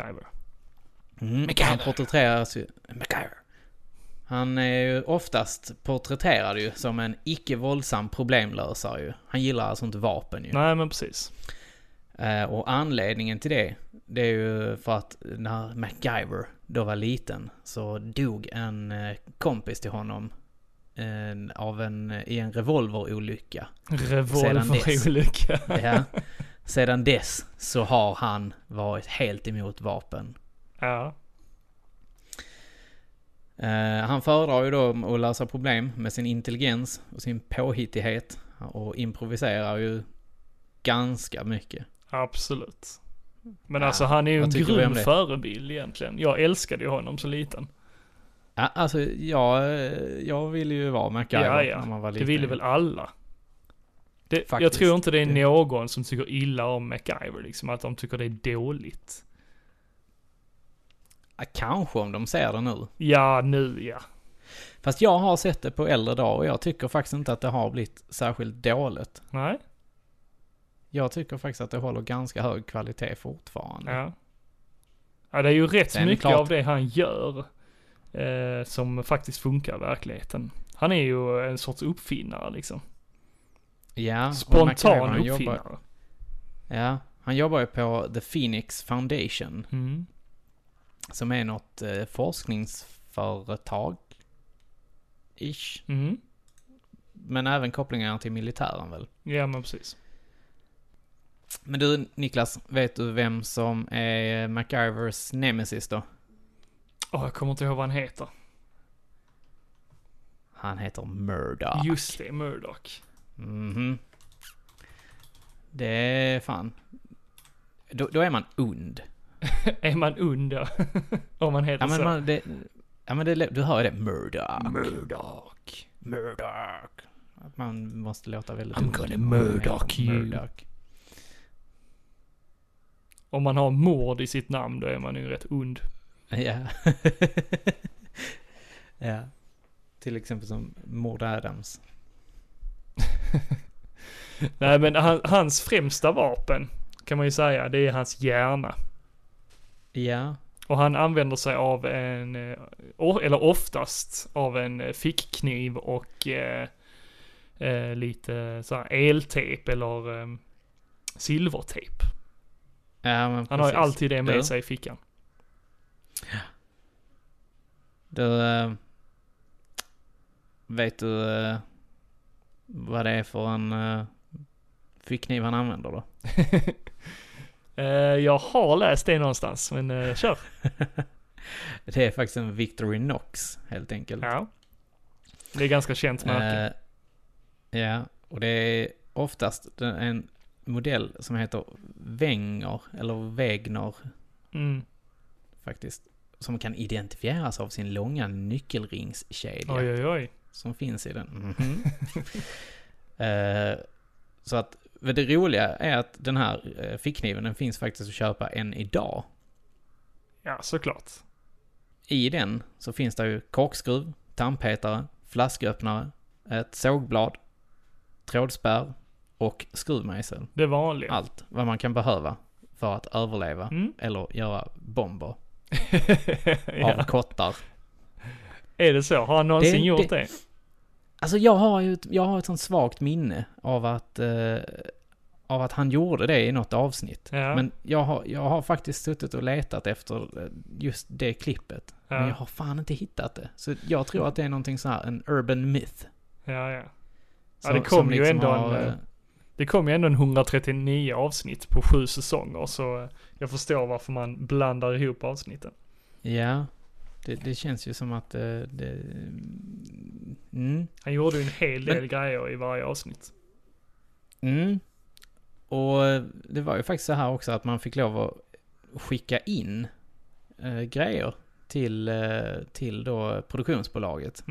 [SPEAKER 2] Han porträtteras ju... MacGyver. Han är ju oftast porträtterad ju som en icke-våldsam problemlösare ju. Han gillar alltså inte vapen ju.
[SPEAKER 1] Nej, men precis.
[SPEAKER 2] Och anledningen till det är ju för att när MacGyver då var liten så dog en kompis till honom i en revolverolycka.
[SPEAKER 1] Revolverolycka?
[SPEAKER 2] Ja. Sedan dess så har han varit helt emot vapen.
[SPEAKER 1] Ja.
[SPEAKER 2] Han föredrar ju då att lösa problem med sin intelligens och sin påhittighet och improviserar ju ganska mycket.
[SPEAKER 1] Absolut. Men alltså han är ju en grym förebild egentligen. Jag älskade ju honom så liten.
[SPEAKER 2] Ja, alltså jag ville ju vara MacGyver när man var liten.
[SPEAKER 1] Det ville väl alla. Jag tror inte det är någon som tycker illa om MacGyver liksom, att de tycker det är dåligt.
[SPEAKER 2] Ja, kanske om de ser det nu.
[SPEAKER 1] Ja, nu ja.
[SPEAKER 2] Fast jag har sett det på äldre dag och jag tycker faktiskt inte att det har blivit särskilt dåligt.
[SPEAKER 1] Nej.
[SPEAKER 2] Jag tycker faktiskt att det håller ganska hög kvalitet fortfarande.
[SPEAKER 1] Ja, det är ju rätt mycket av det han gör som faktiskt funkar i verkligheten. Han är ju en sorts uppfinnare liksom.
[SPEAKER 2] Ja.
[SPEAKER 1] Spontan uppfinnare.
[SPEAKER 2] Han jobbar ju på The Phoenix Foundation. Som är något forskningsföretag. Ish. Men även kopplingar till militären väl?
[SPEAKER 1] Ja, men precis.
[SPEAKER 2] Men du, Niklas, vet du vem som är MacGyvers nemesis då?
[SPEAKER 1] Jag kommer inte ihåg vad han heter.
[SPEAKER 2] Han heter Murdoch.
[SPEAKER 1] Just det, Murdoch.
[SPEAKER 2] Det är fan. Då är man und.
[SPEAKER 1] Är man und då? Om man heter så.
[SPEAKER 2] Du hör ju det. Murdoch. Att man måste låta väldigt
[SPEAKER 1] I'm gonna Murdoch you. Om man har mord i sitt namn, då är man ju rätt und.
[SPEAKER 2] Ja. Ja. Till exempel som Mord Adams.
[SPEAKER 1] Nej, men hans främsta vapen kan man ju säga, det är hans hjärna.
[SPEAKER 2] Ja.
[SPEAKER 1] Och han använder sig av eller oftast av en fickkniv och lite så här eltejp eller silvertejp.
[SPEAKER 2] Ja, men
[SPEAKER 1] han har ju alltid det med sig i fickan.
[SPEAKER 2] Du, vet du vad det är för en fickkniv han använder då?
[SPEAKER 1] Jag har läst det någonstans, men kör.
[SPEAKER 2] Det är faktiskt en Victorinox, helt enkelt.
[SPEAKER 1] Ja. Det är ganska känt märke.
[SPEAKER 2] Ja, och det är oftast en modell som heter Wenger, eller Wegner, faktiskt. Som kan identifieras av sin långa nyckelringskedja.
[SPEAKER 1] Oj, oj, oj.
[SPEAKER 2] Som finns i den. Så att det roliga är att den här fickkniven, den finns faktiskt att köpa än idag.
[SPEAKER 1] Ja, såklart.
[SPEAKER 2] I den så finns det ju korkskruv, tandpetare, flasköppnare, ett sågblad, trådspärr och skruvmejsel.
[SPEAKER 1] Det vanliga.
[SPEAKER 2] Allt vad man kan behöva för att överleva eller göra bomber av kottar.
[SPEAKER 1] Är det så? Har han någonsin gjort det?
[SPEAKER 2] Alltså jag har ett sånt svagt minne av att han gjorde det i något avsnitt.
[SPEAKER 1] Ja.
[SPEAKER 2] Men jag har faktiskt suttit och letat efter just det klippet.
[SPEAKER 1] Ja.
[SPEAKER 2] Men jag har fan inte hittat det. Så jag tror att det är någonting så här, en urban myth.
[SPEAKER 1] Ja.
[SPEAKER 2] Så,
[SPEAKER 1] det kom ju
[SPEAKER 2] liksom
[SPEAKER 1] ändå det kom ju ändå en 139 avsnitt på 7 säsonger, så jag förstår varför man blandar ihop avsnitten.
[SPEAKER 2] Ja, det känns ju som att
[SPEAKER 1] Han gjorde ju en hel del grejer i varje avsnitt.
[SPEAKER 2] Och det var ju faktiskt så här också att man fick lov att skicka in grejer till då produktionsbolaget.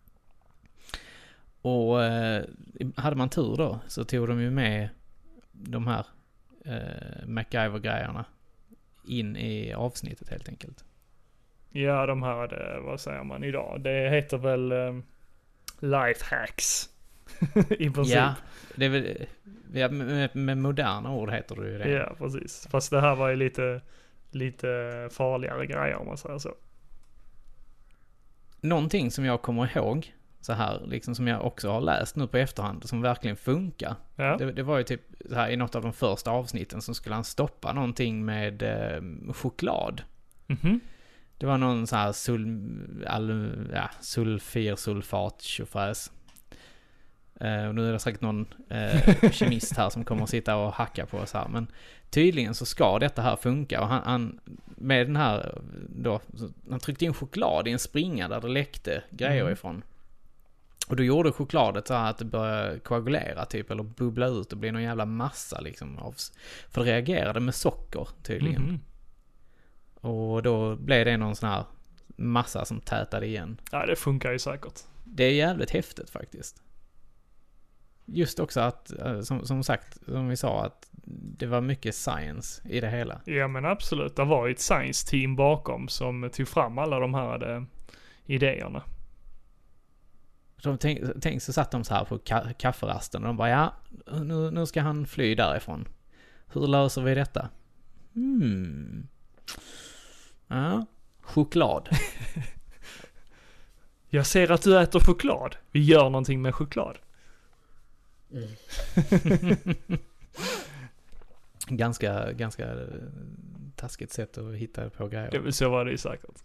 [SPEAKER 2] Och hade man tur då så tog de ju med de här MacGyver-grejerna in i avsnittet helt enkelt.
[SPEAKER 1] Ja, de här, vad säger man idag? Det heter väl life hacks i princip.
[SPEAKER 2] Ja, det är väl, med moderna ord heter det ju det.
[SPEAKER 1] Ja, precis. Fast det här var ju lite farligare grejer om man säger så.
[SPEAKER 2] Någonting som jag kommer ihåg så här, liksom som jag också har läst nu på efterhand, som verkligen funkar. Ja. Det var ju typ så här, i något av de första avsnitten som skulle han stoppa någonting med choklad. Det var någon så här sulfirsulfat tjofräs. Och nu är det säkert någon kemist här som kommer att sitta och hacka på oss här. Men tydligen så ska detta här funka. Och han med den här då, han tryckte in choklad i en springa där det läckte grejer ifrån. Och då gjorde chokladet så här att det började koagulera typ, eller bubbla ut och bli någon jävla massa liksom av, för det reagerade med socker tydligen. Och då blev det någon sån här massa som tätade igen.
[SPEAKER 1] Ja, det funkar ju säkert.
[SPEAKER 2] Det är jävligt häftigt faktiskt. Just också att, som sagt, som vi sa, att det var mycket science i det hela.
[SPEAKER 1] Ja, men absolut. Det var ju ett science team bakom som tog fram alla de här idéerna.
[SPEAKER 2] Tänk så satt de så här på kafferasten och de bara, ja, nu ska han fly därifrån. Hur löser vi detta? Ja, choklad.
[SPEAKER 1] Jag ser att du äter choklad. Vi gör någonting med choklad.
[SPEAKER 2] Ganska taskigt sätt att hitta på grejer.
[SPEAKER 1] Det vill så var det ju säkert.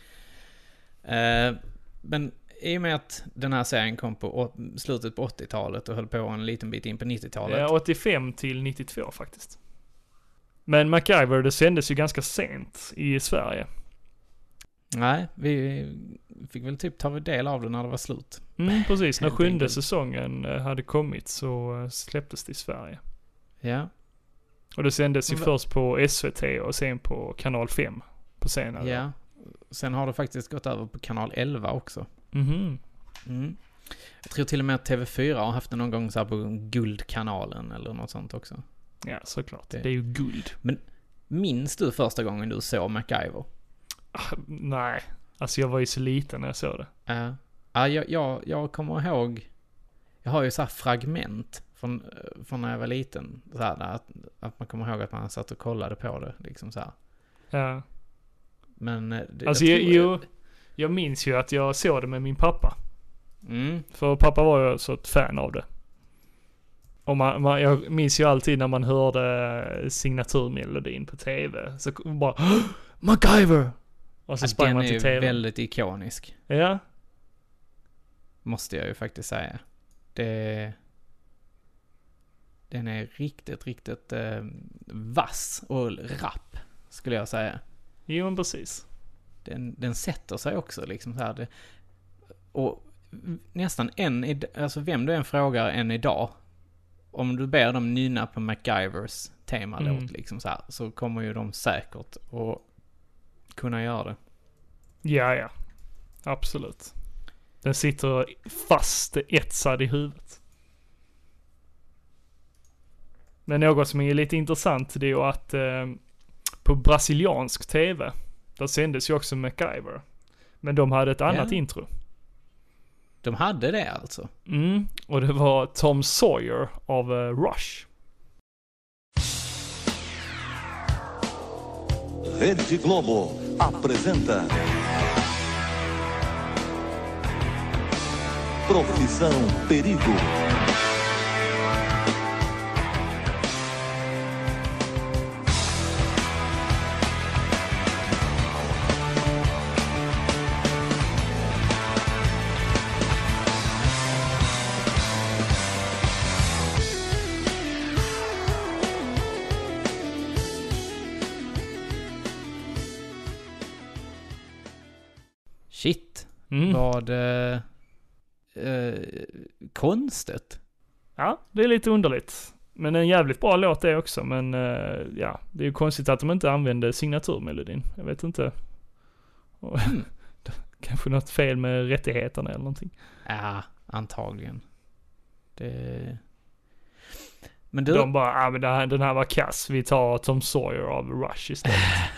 [SPEAKER 2] Men i och med att den här serien kom på slutet på 80-talet och höll på en liten bit in på 90-talet.
[SPEAKER 1] Ja, 85 till 92 faktiskt. Men MacGyver, det sändes ju ganska sent i Sverige.
[SPEAKER 2] Nej, vi fick väl typ ta del av det när det var slut.
[SPEAKER 1] Precis, när 7:e säsongen hade kommit så släpptes det i Sverige.
[SPEAKER 2] Ja.
[SPEAKER 1] Och det sändes ju först på SVT och sen på kanal 5 på senare.
[SPEAKER 2] Ja, sen har det faktiskt gått över på kanal 11 också. Jag tror till och med att TV4 har haft det någon gång så här på Guldkanalen eller något sånt också.
[SPEAKER 1] Ja, såklart. Det är ju guld.
[SPEAKER 2] Men minns du första gången du såg MacGyver?
[SPEAKER 1] Nej, alltså jag var ju så liten när jag såg det.
[SPEAKER 2] Jag kommer ihåg, jag har ju så här fragment från när jag var liten. Så här, att man kommer ihåg att man satt och kollade på det. Liksom så här.
[SPEAKER 1] Ja.
[SPEAKER 2] Men
[SPEAKER 1] alltså jag minns ju att jag såg det med min pappa. För pappa var ju så ett fan av det. Och jag minns ju alltid när man hörde signaturmelodin på tv. Så bara, MacGyver! Och så sprang man till
[SPEAKER 2] Den är ju
[SPEAKER 1] tvn.
[SPEAKER 2] väldigt ikonisk.
[SPEAKER 1] Ja.
[SPEAKER 2] Måste jag ju faktiskt säga. Den är riktigt vass och rapp, skulle jag säga.
[SPEAKER 1] Jo, men precis.
[SPEAKER 2] Den sätter sig också liksom så här. Och nästan alltså vem du än frågar än idag, om du ber dem nynna på MacGyvers temalåt liksom så här, så kommer ju de säkert att kunna göra det.
[SPEAKER 1] Ja. Absolut. Den sitter fast etsad i huvudet. Men något som är lite intressant, det är ju att på brasiliansk tv, där sändes ju också MacGyver. Men de hade ett annat intro.
[SPEAKER 2] De hade det alltså?
[SPEAKER 1] Och det var Tom Sawyer av Rush.
[SPEAKER 3] Rede Globo apresenta Profissão Perigo.
[SPEAKER 2] Shit. Vad konstigt.
[SPEAKER 1] Ja, det är lite underligt. Men en jävligt bra låt det också. Men ja, det är ju konstigt att de inte använde signaturmelodin. Jag vet inte. Kanske något fel med rättigheterna eller någonting.
[SPEAKER 2] Ja, antagligen. Men du...
[SPEAKER 1] De bara, men den här var kass. Vi tar Tom Sawyer av Rush istället.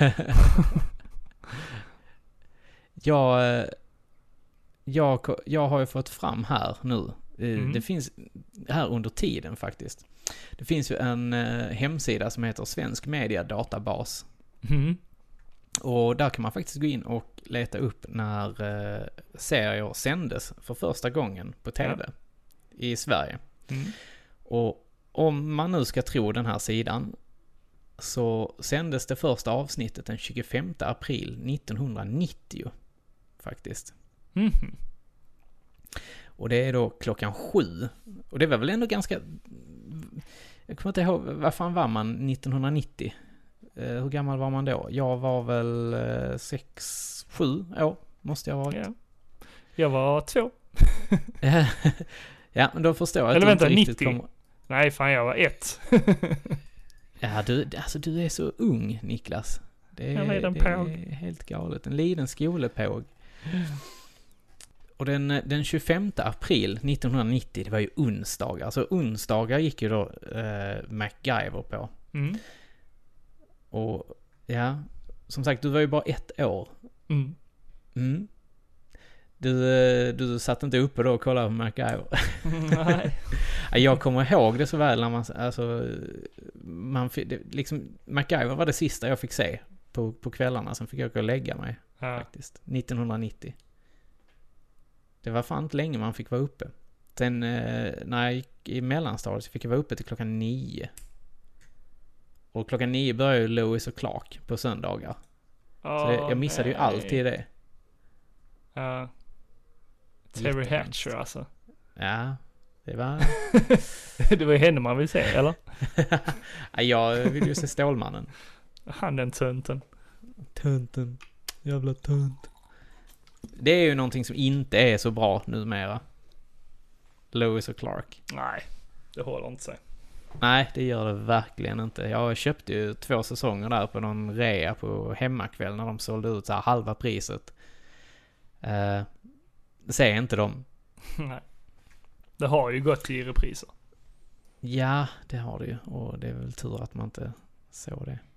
[SPEAKER 2] Jag har ju fått fram här nu. Det finns här under tiden faktiskt. Det finns ju en hemsida som heter Svensk Media Databas. Och där kan man faktiskt gå in och leta upp när serier sändes för första gången på tv i Sverige. Och om man nu ska tro den här sidan, så sändes det första avsnittet den 25 april 1990 faktiskt. Och det är då klockan 7. Och det var väl ändå ganska... Jag kommer inte ihåg, vad fan var man 1990? Hur gammal var man då? Jag var väl 6-7 år, måste jag ha varit.
[SPEAKER 1] Ja. Jag var 2.
[SPEAKER 2] Ja, men då förstår jag att
[SPEAKER 1] eller
[SPEAKER 2] du
[SPEAKER 1] vänta,
[SPEAKER 2] inte riktigt
[SPEAKER 1] 90.
[SPEAKER 2] kommer...
[SPEAKER 1] Nej, fan, jag var 1.
[SPEAKER 2] Ja, du är så ung, Niklas. Det är helt galet. En liten skolepåg. Och den 25 april 1990, det var ju onsdagar. Alltså onsdagar gick ju då MacGyver på. Och ja, som sagt, du var ju bara 1 år. Du satt inte uppe då och kollade på MacGyver.
[SPEAKER 1] Nej.
[SPEAKER 2] Jag kommer ihåg det så väl när liksom, MacGyver var det sista jag fick se på kvällarna. Sen fick jag gå och lägga mig faktiskt. 1990. Det var fan inte länge man fick vara uppe. Sen när jag gick i mellanstadiet så fick jag vara uppe till klockan 9. Och klockan 9 började ju Lewis och Clark på söndagar. Så jag missade ju alltid det.
[SPEAKER 1] Ja. Terry Hatcher alltså.
[SPEAKER 2] Ja, det var...
[SPEAKER 1] Det var ju henne man vill se, eller?
[SPEAKER 2] Jag vill ju se Stålmannen.
[SPEAKER 1] Han den tönten.
[SPEAKER 2] Tönten. Jävla tönt. Det är ju någonting som inte är så bra numera. Lewis och Clark.
[SPEAKER 1] Nej, det håller inte sig.
[SPEAKER 2] Nej, det gör det verkligen inte. Jag köpte ju 2 säsonger där på någon rea på hemmakväll när de sålde ut så här halva priset. Säger inte dem.
[SPEAKER 1] Nej. Det har ju gått i repriser.
[SPEAKER 2] Ja, det har det ju. Och det är väl tur att man inte såg det.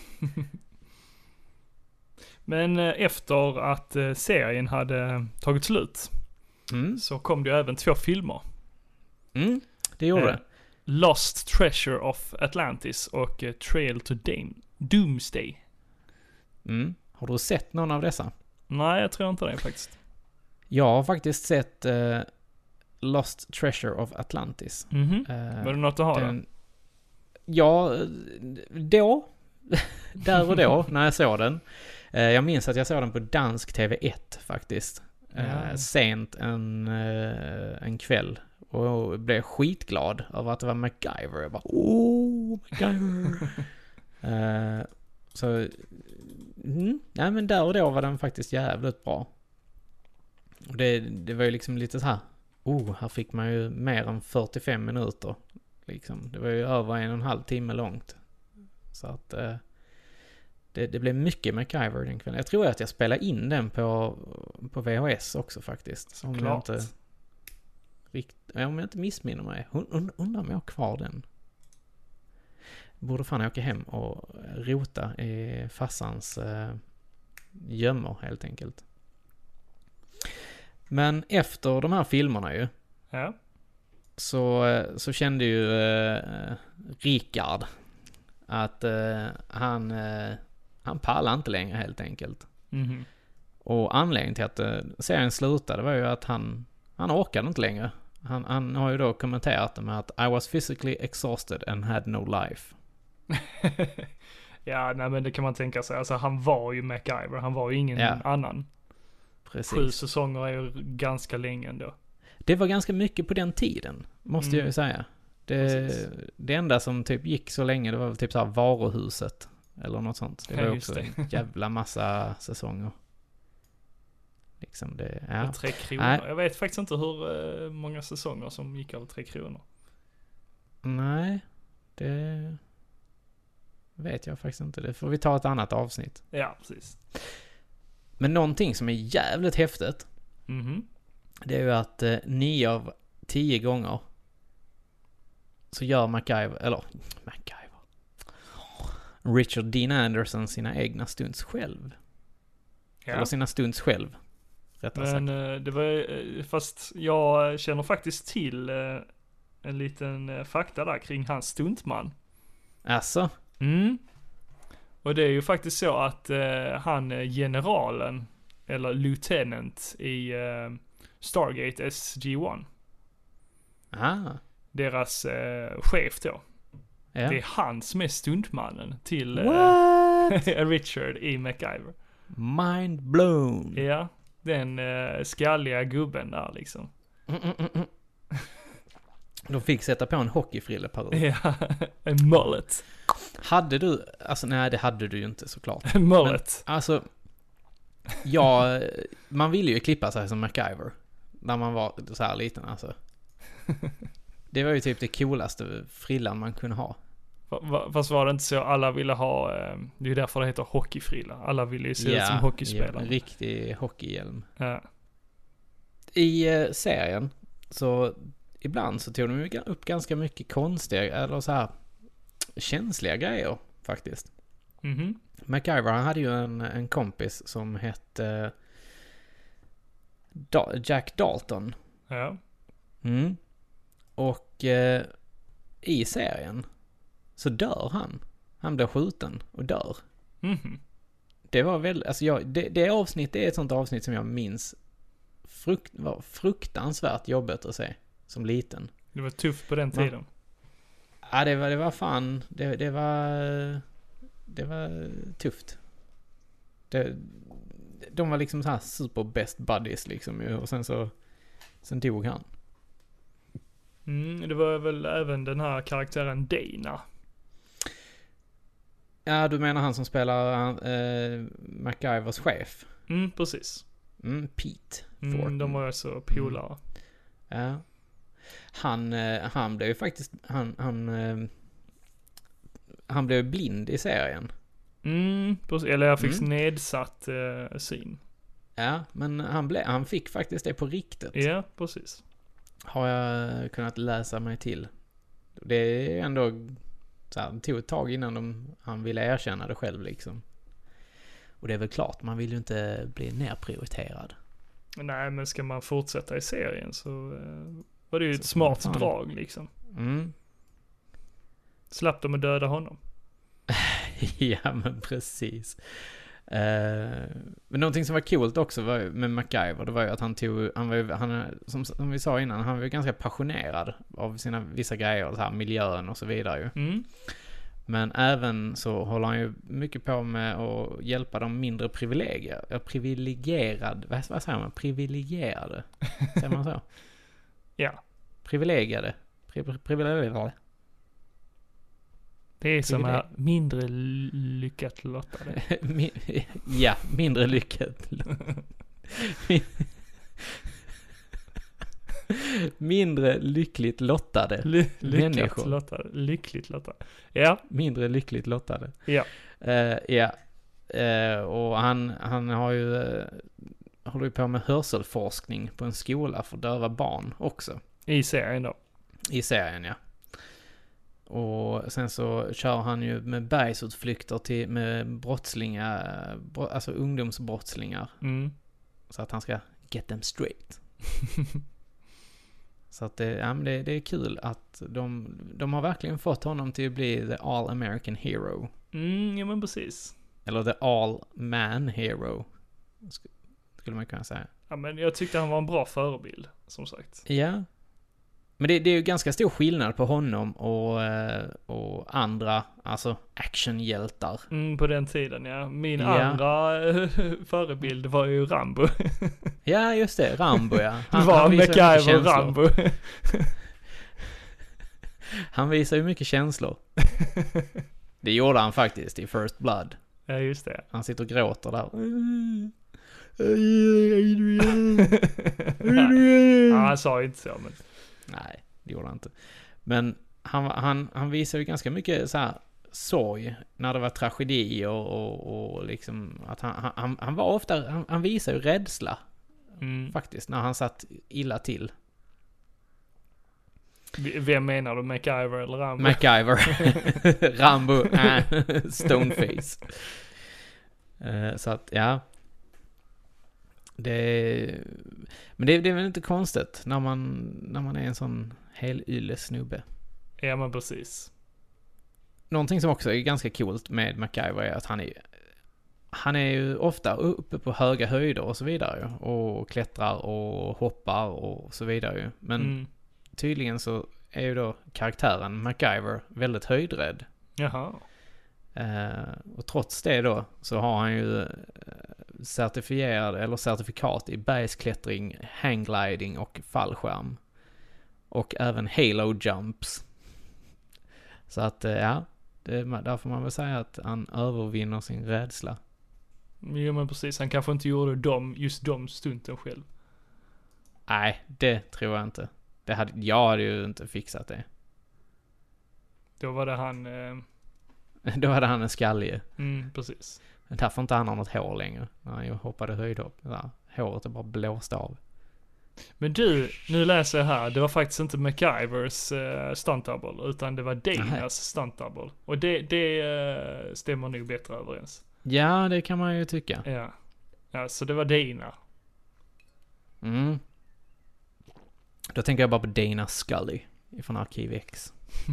[SPEAKER 1] Men efter att serien hade tagit slut så kom det ju även 2 filmer.
[SPEAKER 2] Det gjorde det.
[SPEAKER 1] Lost Treasure of Atlantis och Trail to Doomsday.
[SPEAKER 2] Har du sett någon av dessa?
[SPEAKER 1] Nej, jag tror inte det faktiskt.
[SPEAKER 2] Jag har faktiskt sett Lost Treasure of Atlantis.
[SPEAKER 1] Var det något att ha då?
[SPEAKER 2] Ja, då. Där och då, när jag såg den. Jag minns att jag såg den på dansk TV1 faktiskt.
[SPEAKER 1] Ja.
[SPEAKER 2] Sent en kväll. Och blev skitglad över att det var MacGyver. Jag bara, MacGyver! Nej men där och då var den faktiskt jävligt bra. Och det var ju liksom lite så här. Här fick man ju mer än 45 minuter. Liksom. Det var ju över 1,5 timme långt. Så att det blev mycket MacGyver den kvällen. Jag tror att jag spelade in den på VHS också faktiskt. Så om jag inte missminner mig. Undrar om jag har kvar den. Borde fan åka hem och rota i farsans gömmor helt enkelt. Men efter de här filmerna ju.
[SPEAKER 1] Ja.
[SPEAKER 2] Så kände ju Rickard att han pallar inte längre helt enkelt.
[SPEAKER 1] Mhm.
[SPEAKER 2] Och anledningen till att serien slutade var ju att han orkade inte längre. Han har ju då kommenterat det med att I was physically exhausted and had no life.
[SPEAKER 1] Ja, nej men det kan man tänka sig. Alltså han var ju MacGyver, han var ju ingen annan.
[SPEAKER 2] Precis.
[SPEAKER 1] 7 säsonger är ju ganska länge ändå.
[SPEAKER 2] Det var ganska mycket på den tiden, måste jag ju säga. Det enda som typ gick så länge, det var väl typ så här Varuhuset. Eller något sånt. Det var ju också en jävla massa säsonger. Liksom det, ja.
[SPEAKER 1] 3 kronor. Jag vet faktiskt inte hur många säsonger som gick över 3 kronor.
[SPEAKER 2] Nej, det vet jag faktiskt inte. Det får vi ta ett annat avsnitt.
[SPEAKER 1] Ja, precis.
[SPEAKER 2] Men någonting som är jävligt häftigt, det är ju att 9 av 10 gånger så gör MacGyver Richard Dean Anderson sina egna stunts själv.
[SPEAKER 1] Ja.
[SPEAKER 2] Eller sina stunts själv, rättare sagt.
[SPEAKER 1] Men det var, fast jag känner faktiskt till en liten fakta där kring hans stuntman.
[SPEAKER 2] Alltså?
[SPEAKER 1] Och det är ju faktiskt så att han generalen, eller lieutenant i Stargate SG-1. Deras chef då.
[SPEAKER 2] Ja.
[SPEAKER 1] Det är han som är stuntmannen till Richard i MacGyver.
[SPEAKER 2] Mind blown.
[SPEAKER 1] Ja, den skalliga gubben där liksom.
[SPEAKER 2] De fick sätta på en hockeyfrille-parod.
[SPEAKER 1] Ja, en mullet.
[SPEAKER 2] Hade du, alltså nej det hade du ju inte såklart.
[SPEAKER 1] En mullet.
[SPEAKER 2] Men, alltså, man ville ju klippa sig som MacGyver. När man var så här liten alltså. Det var ju typ det coolaste frillan man kunde ha.
[SPEAKER 1] Fast var det inte så alla ville ha, det är ju därför det heter hockeyfrilla. Alla ville ju se ut som hockeyspelare.
[SPEAKER 2] Ja, en riktig hockeyhjälm.
[SPEAKER 1] Ja.
[SPEAKER 2] I serien så ibland så tog de ju upp ganska mycket konstiga eller så här känsliga grejer faktiskt. MacGyver, han hade ju en kompis som hette Jack Dalton.
[SPEAKER 1] Ja.
[SPEAKER 2] Och i serien så dör han. Han blir skjuten och dör. Det var väl, alltså det avsnitt är ett sånt avsnitt som jag minns var fruktansvärt jobbigt att se som liten.
[SPEAKER 1] Det var tufft på den tiden.
[SPEAKER 2] Ja, det var fan, det var tufft. De var liksom så här super best buddies liksom, och sen dog han.
[SPEAKER 1] Det var väl även den här karaktären Dana.
[SPEAKER 2] Ja, du menar han som spelar MacGyvers chef?
[SPEAKER 1] Precis.
[SPEAKER 2] Pete Thornton.
[SPEAKER 1] De var ju så polare.
[SPEAKER 2] Ja. Han blev ju faktiskt han blev blind i serien.
[SPEAKER 1] Precis. Eller jag fick nedsatt syn.
[SPEAKER 2] Ja, men han fick faktiskt det på riktigt.
[SPEAKER 1] Ja, precis.
[SPEAKER 2] Har jag kunnat läsa mig till. Det är ändå så här, det tog ett tag innan han ville erkänna det själv liksom. Och det är väl klart, man vill ju inte bli nerprioriterad.
[SPEAKER 1] Nej, men ska man fortsätta i serien så var det ju ett smart drag liksom. Slapp de att döda honom.
[SPEAKER 2] Ja, men precis. Men någonting som var coolt också med MacGyver, det var ju att han som vi sa innan, han var ju ganska passionerad av sina vissa grejer, så här miljön och så vidare ju. Men även så håller han ju mycket på med att hjälpa de mindre privilegierade. Vad säger man? Privilegierade. Säger man så?
[SPEAKER 1] Ja.
[SPEAKER 2] Privilegierade. Privilegierade.
[SPEAKER 1] Det är som är mindre lyckat lottade.
[SPEAKER 2] Ja, mindre lyckat. Mindre lyckligt lottade människor.
[SPEAKER 1] Lyckligt lottade. Ja.
[SPEAKER 2] Mindre lyckligt lottade.
[SPEAKER 1] Ja.
[SPEAKER 2] Och han har ju håller ju på med hörselforskning på en skola för döva barn också.
[SPEAKER 1] I serien då.
[SPEAKER 2] I serien, ja. Och sen så kör han ju med bergsutflykter med brottslingar, alltså ungdomsbrottslingar.
[SPEAKER 1] Mm.
[SPEAKER 2] Så att han ska get them straight. Så att det är kul att de har verkligen fått honom till att bli the all American hero.
[SPEAKER 1] Ja men precis.
[SPEAKER 2] Eller the all man hero. Skulle man kunna säga.
[SPEAKER 1] Ja men jag tyckte han var en bra förebild, som sagt.
[SPEAKER 2] Ja. Men det är ju ganska stor skillnad på honom och andra, alltså actionhjältar.
[SPEAKER 1] På den tiden, ja. Min andra förebild var ju Rambo.
[SPEAKER 2] Ja, just det. Rambo, ja.
[SPEAKER 1] Han var MacGyver Rambo.
[SPEAKER 2] Han visar ju mycket känslor. Det gjorde han faktiskt i First Blood.
[SPEAKER 1] Ja, just det.
[SPEAKER 2] Han sitter och gråter där.
[SPEAKER 1] Ja, han sa ju inte så, men...
[SPEAKER 2] Nej, det gjorde han inte. Men han visar ju ganska mycket så här sorg när det var tragedi och liksom att han var ofta, han visar ju rädsla faktiskt när han satt illa till.
[SPEAKER 1] Vem menar du, MacGyver eller Rambo?
[SPEAKER 2] MacGyver. Rambo, Stoneface. Så att, ja. Men det är väl inte konstigt när man är en sån helylle snubbe.
[SPEAKER 1] Ja, men precis.
[SPEAKER 2] Någonting som också är ganska coolt med MacGyver är att han är ju ofta uppe på höga höjder och så vidare och klättrar och hoppar och så vidare. Men tydligen så är ju då karaktären MacGyver väldigt höjdrädd.
[SPEAKER 1] Jaha.
[SPEAKER 2] Och trots det då så har han ju certifikat i bergsklättring, hanggliding och fallskärm. Och även halo jumps. Så att där får man väl säga att han övervinner sin rädsla.
[SPEAKER 1] Ja men precis, han kanske inte gjorde just de stunden själv.
[SPEAKER 2] Nej, det tror jag inte. Jag hade ju inte fixat det.
[SPEAKER 1] Då var det han...
[SPEAKER 2] Då hade han en skallige.
[SPEAKER 1] Precis.
[SPEAKER 2] Därför inte han har något hår längre. När han ju hoppade höjdhopp. Håret är bara blåst av.
[SPEAKER 1] Men du, nu läser jag här. Det var faktiskt inte MacGyvers stunt double, utan det var Danas stunt double. Och det stämmer nog bättre överens.
[SPEAKER 2] Ja, det kan man ju tycka.
[SPEAKER 1] Ja, så det var Dana.
[SPEAKER 2] Då tänker jag bara på Dana Scully från Arkiv X.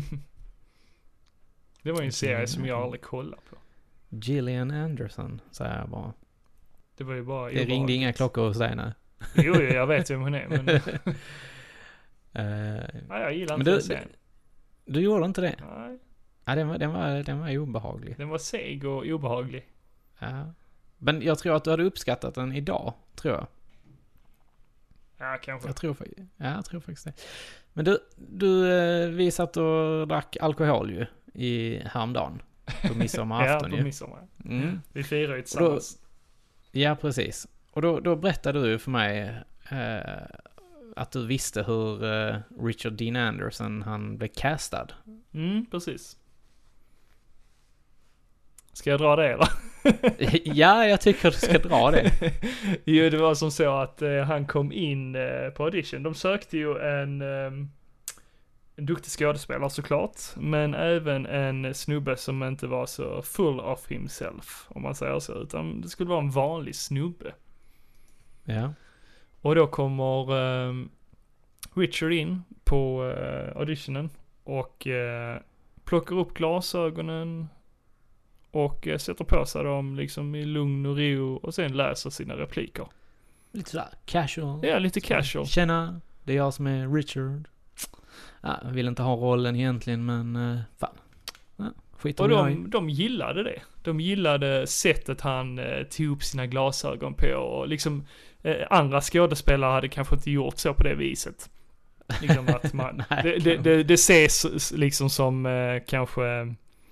[SPEAKER 1] Det var ju en serie som jag aldrig kollade på.
[SPEAKER 2] Gillian Anderson, säger jag bara.
[SPEAKER 1] Det var ju bara...
[SPEAKER 2] Det ringde inga klockor hos dig, nej.
[SPEAKER 1] Jo, jag vet ju vem hon är, men... jag gillar inte den serien.
[SPEAKER 2] Du gjorde inte det?
[SPEAKER 1] Nej.
[SPEAKER 2] Ja, den var obehaglig.
[SPEAKER 1] Den var seg och obehaglig.
[SPEAKER 2] Ja. Men jag tror att du hade uppskattat den idag, tror jag.
[SPEAKER 1] Ja, kanske.
[SPEAKER 2] Jag tror faktiskt det. Men vi satt och drack alkohol ju häromdagen. På midsommarafton.
[SPEAKER 1] Ja, på midsommar. Vi firar ju tillsammans.
[SPEAKER 2] Ja, precis. Och då berättade du för mig att du visste hur Richard Dean Anderson, han blev castad.
[SPEAKER 1] Precis. Ska jag dra det eller?
[SPEAKER 2] Ja, jag tycker du ska dra det.
[SPEAKER 1] Jo, det var som så att han kom in på audition. De sökte ju en duktig skådespelare såklart, men även en snubbe som inte var så full of himself, om man säger så, utan det skulle vara en vanlig snubbe.
[SPEAKER 2] Ja.
[SPEAKER 1] Och då kommer Richard in på auditionen och plockar upp glasögonen och sätter på sig dem liksom i lugn och ro och sen läser sina repliker.
[SPEAKER 2] Lite sådär casual.
[SPEAKER 1] Ja, lite casual.
[SPEAKER 2] Tjena, det är jag som är Richard. Jag vill inte ha rollen egentligen, men fan. Skit
[SPEAKER 1] Och
[SPEAKER 2] om jag i.
[SPEAKER 1] de gillade det. De gillade sättet han tog upp sina glasögon på och liksom andra skådespelare hade kanske inte gjort så på det viset. Liksom att man,
[SPEAKER 2] Nej,
[SPEAKER 1] det ses liksom som kanske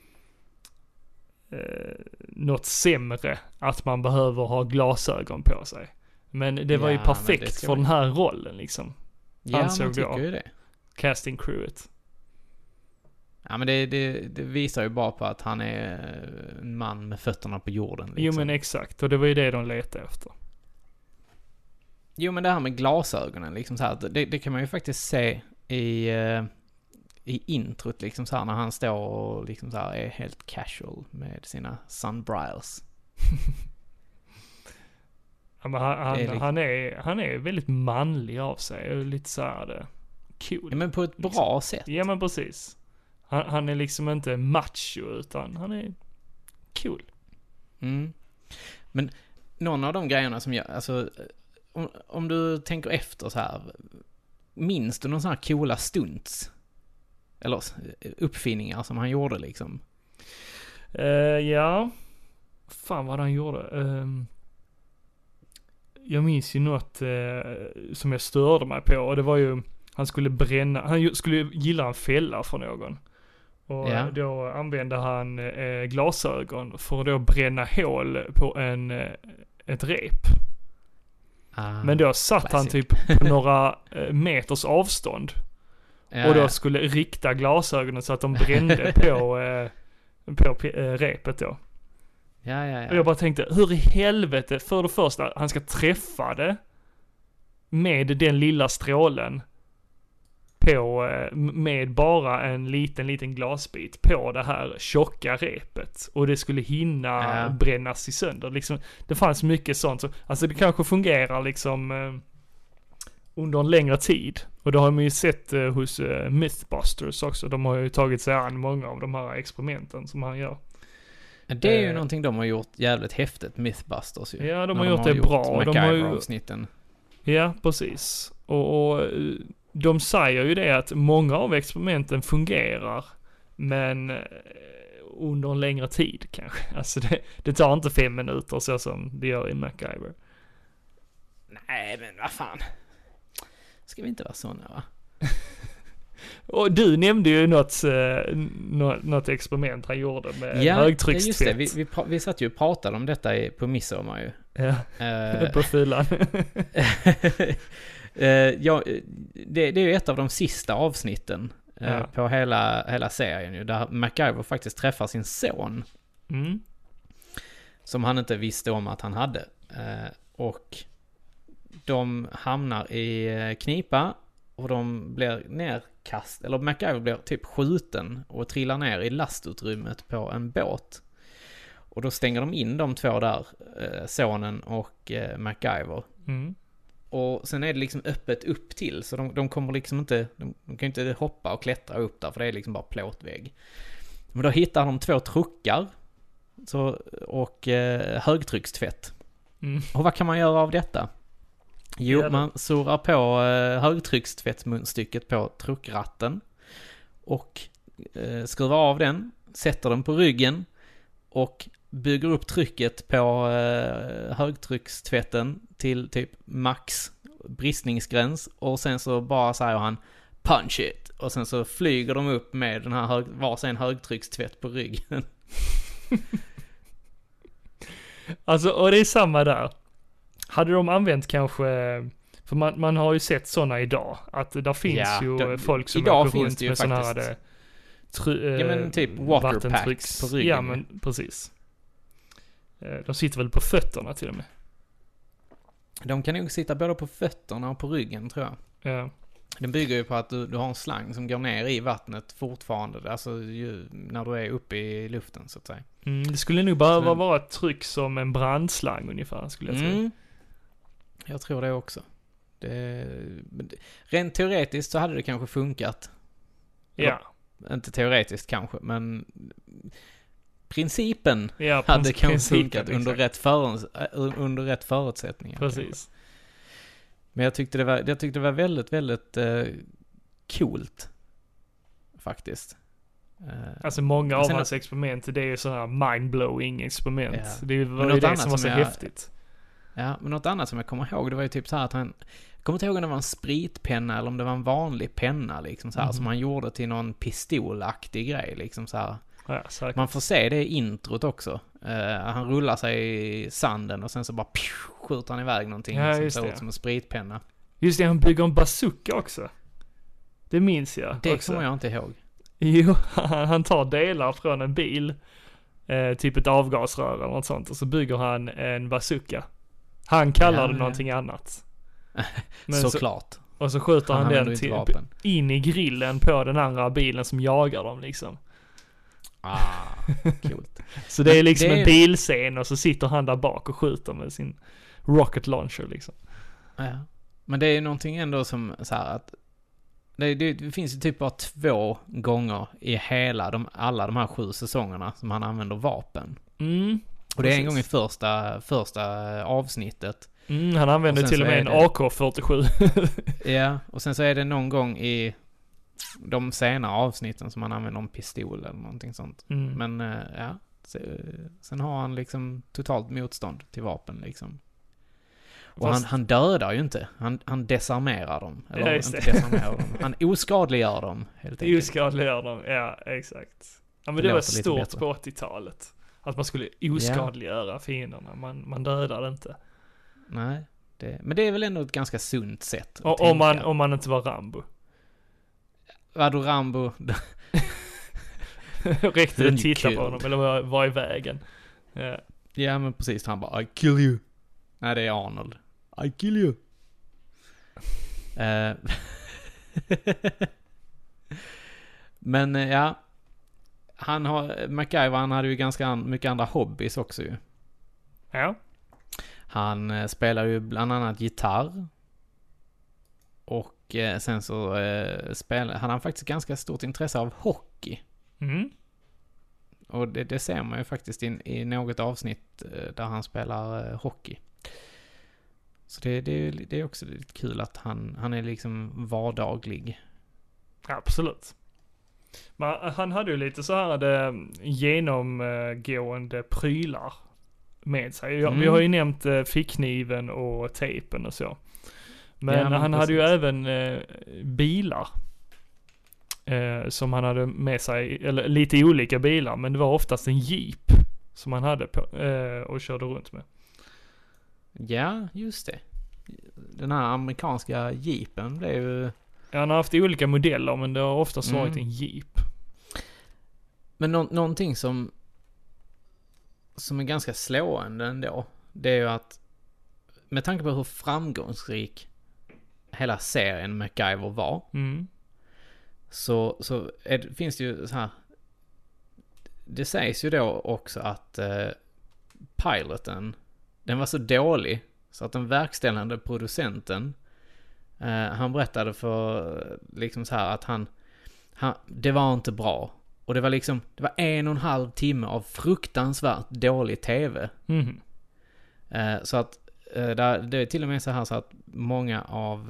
[SPEAKER 1] något sämre att man behöver ha glasögon på sig. Men det var ju perfekt för den här rollen liksom.
[SPEAKER 2] Ja,
[SPEAKER 1] ansåg
[SPEAKER 2] man tycker
[SPEAKER 1] jag.
[SPEAKER 2] ju det.
[SPEAKER 1] Casting crewet.
[SPEAKER 2] Ja, men det visar ju bara på att han är en man med fötterna på jorden. Liksom.
[SPEAKER 1] Jo men exakt, och det var ju det de letade efter.
[SPEAKER 2] Jo, men det här med glasögonen, liksom så här, det kan man ju faktiskt se i introt, liksom så här, när han står och liksom så här är helt casual med sina sunbriles.
[SPEAKER 1] Ja, men han är väldigt manlig av sig och lite så här cool.
[SPEAKER 2] Ja, men på ett bra sätt.
[SPEAKER 1] Ja men precis. Han är liksom inte macho utan han är cool.
[SPEAKER 2] Mm. Men någon av de grejerna som jag, alltså om du tänker efter så här, minns du någon sån här coola stunts? Eller uppfinningar som han gjorde liksom?
[SPEAKER 1] Ja. Fan vad han gjorde. Jag minns ju något som jag störde mig på och det var ju han skulle gilla en fälla för någon. Och då använde han glasögon för att då bränna hål på ett rep. Men då satt han typ på några meters avstånd. Och då skulle rikta glasögonen så att de brände på repet då.
[SPEAKER 2] Ja.
[SPEAKER 1] Och jag bara tänkte, hur i helvete, för det första, han ska träffa det med den lilla strålen med bara en liten glasbit på det här tjocka repet. Och det skulle hinna brännas i sönder. Liksom, det fanns mycket sånt. Så, alltså det kanske fungerar liksom under en längre tid. Och det har man ju sett hos Mythbusters också. De har ju tagit sig an många av de här experimenten som han gör.
[SPEAKER 2] Det är ju någonting de har gjort jävligt häftigt, Mythbusters ju.
[SPEAKER 1] Ja, de har gjort det bra.
[SPEAKER 2] De har ju avsnitten.
[SPEAKER 1] Ja, precis. Och de säger ju det att många av experimenten fungerar, men under en längre tid kanske. Alltså det tar inte 5 minuter så som det gör i MacGyver.
[SPEAKER 2] Nej, men vad fan. Ska vi inte vara såna, va?
[SPEAKER 1] Och du nämnde ju något experiment han gjorde med högtryckstvätt.
[SPEAKER 2] Ja, just det. Vi satt ju och pratade om detta på midsommar ju.
[SPEAKER 1] Ja, på fyllan.
[SPEAKER 2] Det är ju ett av de sista avsnitten på hela serien ju, där MacGyver faktiskt träffar sin son. Som han inte visste om att han hade. Och de hamnar i knipa och de blir eller MacGyver blir typ skjuten och trillar ner i lastutrymmet på en båt. Och då stänger de in de två där, sonen och MacGyver. Och sen är det liksom öppet upp till, så de kommer liksom inte, de kan inte hoppa och klättra upp där, för det är liksom bara plåtvägg. Men då hittar de 2 truckar och högtryckstvätt. Och vad kan man göra av detta? Jo, man surrar på högtryckstvättmunstycket på truckratten och skruvar av den, sätter den på ryggen och bygger upp trycket på högtryckstvätten till typ max bristningsgräns, och sen så bara säger han punch it, och sen så flyger de upp med den här varsin högtryckstvätt på ryggen.
[SPEAKER 1] Alltså, och det är samma där. Hade de använt kanske, för man har ju sett såna idag, att där finns folk som åker runt med såna här
[SPEAKER 2] men typ waterpacks på ryggen.
[SPEAKER 1] Ja, men precis. De sitter väl på fötterna till och med.
[SPEAKER 2] De kan nog sitta både på fötterna och på ryggen, tror jag.
[SPEAKER 1] Ja.
[SPEAKER 2] Den bygger ju på att du har en slang som går ner i vattnet fortfarande, alltså när du är uppe i luften så att säga.
[SPEAKER 1] Det skulle nog behöva vara ett tryck som en brandslang ungefär, skulle jag tro.
[SPEAKER 2] Jag tror det också. Rent teoretiskt så hade det kanske funkat.
[SPEAKER 1] Ja.
[SPEAKER 2] Inte teoretiskt kanske, men principen hade kanske funkat under rätt förutsättningar.
[SPEAKER 1] Precis.
[SPEAKER 2] Kanske. Men jag tyckte det var väldigt, väldigt coolt faktiskt.
[SPEAKER 1] Alltså många av
[SPEAKER 2] sen
[SPEAKER 1] hans experiment, det är ju sådana här mind-blowing experiment.
[SPEAKER 2] Ja.
[SPEAKER 1] Det var
[SPEAKER 2] något
[SPEAKER 1] ju det
[SPEAKER 2] annat
[SPEAKER 1] som var så
[SPEAKER 2] som jag-
[SPEAKER 1] häftigt.
[SPEAKER 2] Ja, men något annat som jag kommer ihåg, det var ju typ så här att jag kommer inte ihåg om det var en spritpenna eller om det var en vanlig penna liksom så här, som han gjorde till någon pistolaktig grej liksom så här.
[SPEAKER 1] Ja, säkert.
[SPEAKER 2] Man får se det i introt också. Han rullar sig i sanden och sen så bara skjuter han iväg någonting
[SPEAKER 1] Ja,
[SPEAKER 2] som
[SPEAKER 1] just
[SPEAKER 2] ser
[SPEAKER 1] det.
[SPEAKER 2] ut som en spritpenna.
[SPEAKER 1] Just det, han bygger en bazooka också. Det minns jag
[SPEAKER 2] Det
[SPEAKER 1] också.
[SPEAKER 2] kommer jag inte ihåg.
[SPEAKER 1] Jo, han tar delar från en bil, typ ett avgasrör eller något sånt, och så bygger han en bazooka. Han kallar det någonting annat. Men
[SPEAKER 2] Såklart.
[SPEAKER 1] och så skjuter han
[SPEAKER 2] använder
[SPEAKER 1] den
[SPEAKER 2] inte
[SPEAKER 1] till,
[SPEAKER 2] vapen.
[SPEAKER 1] in i grillen på den andra bilen som jagar dem liksom.
[SPEAKER 2] Coolt.
[SPEAKER 1] Så det är
[SPEAKER 2] Men
[SPEAKER 1] liksom
[SPEAKER 2] det är-
[SPEAKER 1] en bilscen och så sitter han där bak och skjuter med sin rocket launcher liksom.
[SPEAKER 2] Ja. Men det är någonting ändå som så här att det finns ju typ bara 2 gånger i alla de här 7 säsongerna som han använder vapen. Och det är en gång i första avsnittet.
[SPEAKER 1] Han använder
[SPEAKER 2] Och sen
[SPEAKER 1] till och
[SPEAKER 2] så
[SPEAKER 1] med
[SPEAKER 2] är
[SPEAKER 1] en
[SPEAKER 2] det-
[SPEAKER 1] AK-47.
[SPEAKER 2] Ja, och sen så är det någon gång i de senare avsnitten som han använder en pistol eller någonting sånt. Men ja, sen har han liksom totalt motstånd till vapen liksom. Och
[SPEAKER 1] Fast-
[SPEAKER 2] han dödar ju inte. Han desarmerar dem. Eller
[SPEAKER 1] Ja, just
[SPEAKER 2] inte
[SPEAKER 1] det.
[SPEAKER 2] desarmerar dem. Han oskadliggör dem, helt enkelt.
[SPEAKER 1] Oskadliggör dem, ja exakt. Ja men
[SPEAKER 2] Det
[SPEAKER 1] det var
[SPEAKER 2] låter lite
[SPEAKER 1] stort
[SPEAKER 2] bättre.
[SPEAKER 1] på 80-talet. Att man skulle oskadliggöra fienderna, man dödade inte.
[SPEAKER 2] Nej, men det är väl ändå ett ganska sunt sätt att
[SPEAKER 1] Och,
[SPEAKER 2] tänka.
[SPEAKER 1] om man inte var Rambo.
[SPEAKER 2] Vadå Rambo?
[SPEAKER 1] Räckte
[SPEAKER 2] Then
[SPEAKER 1] det
[SPEAKER 2] you
[SPEAKER 1] titta
[SPEAKER 2] killed.
[SPEAKER 1] på honom eller var i vägen. Ja.
[SPEAKER 2] Ja men precis, han bara I kill you. Nej, det är Arnold. I kill you. Men ja, MacGyver, han hade ju ganska mycket andra hobbies också ju.
[SPEAKER 1] Ja.
[SPEAKER 2] Han spelar ju bland annat gitarr. Och sen så han har faktiskt ganska stort intresse av hockey. Och det ser man ju faktiskt i något avsnitt där han spelar hockey. Så det är också lite kul att han är liksom vardaglig.
[SPEAKER 1] Absolut. Men han hade ju lite så här genomgående prylar med sig. Vi har ju nämnt fickkniven och tejpen och så. Men
[SPEAKER 2] men
[SPEAKER 1] han hade ju
[SPEAKER 2] precis.
[SPEAKER 1] även bilar. Som han hade med sig, eller lite olika bilar, men det var oftast en jeep som han hade på, och körde runt med.
[SPEAKER 2] Ja, just det. Den här amerikanska jeepen blev ju...
[SPEAKER 1] Ja, han har haft olika modeller, men det har oftast varit en jeep.
[SPEAKER 2] Men någonting som är ganska slående ändå, det är ju att med tanke på hur framgångsrik hela serien MacGyver var, så finns det ju så här, det sägs ju då också att piloten, den var så dålig så att den verkställande producenten, han berättade för liksom så här att han det var inte bra. Och det var 1,5 timme av fruktansvärt dålig tv. Så att det är till och med så här så att många av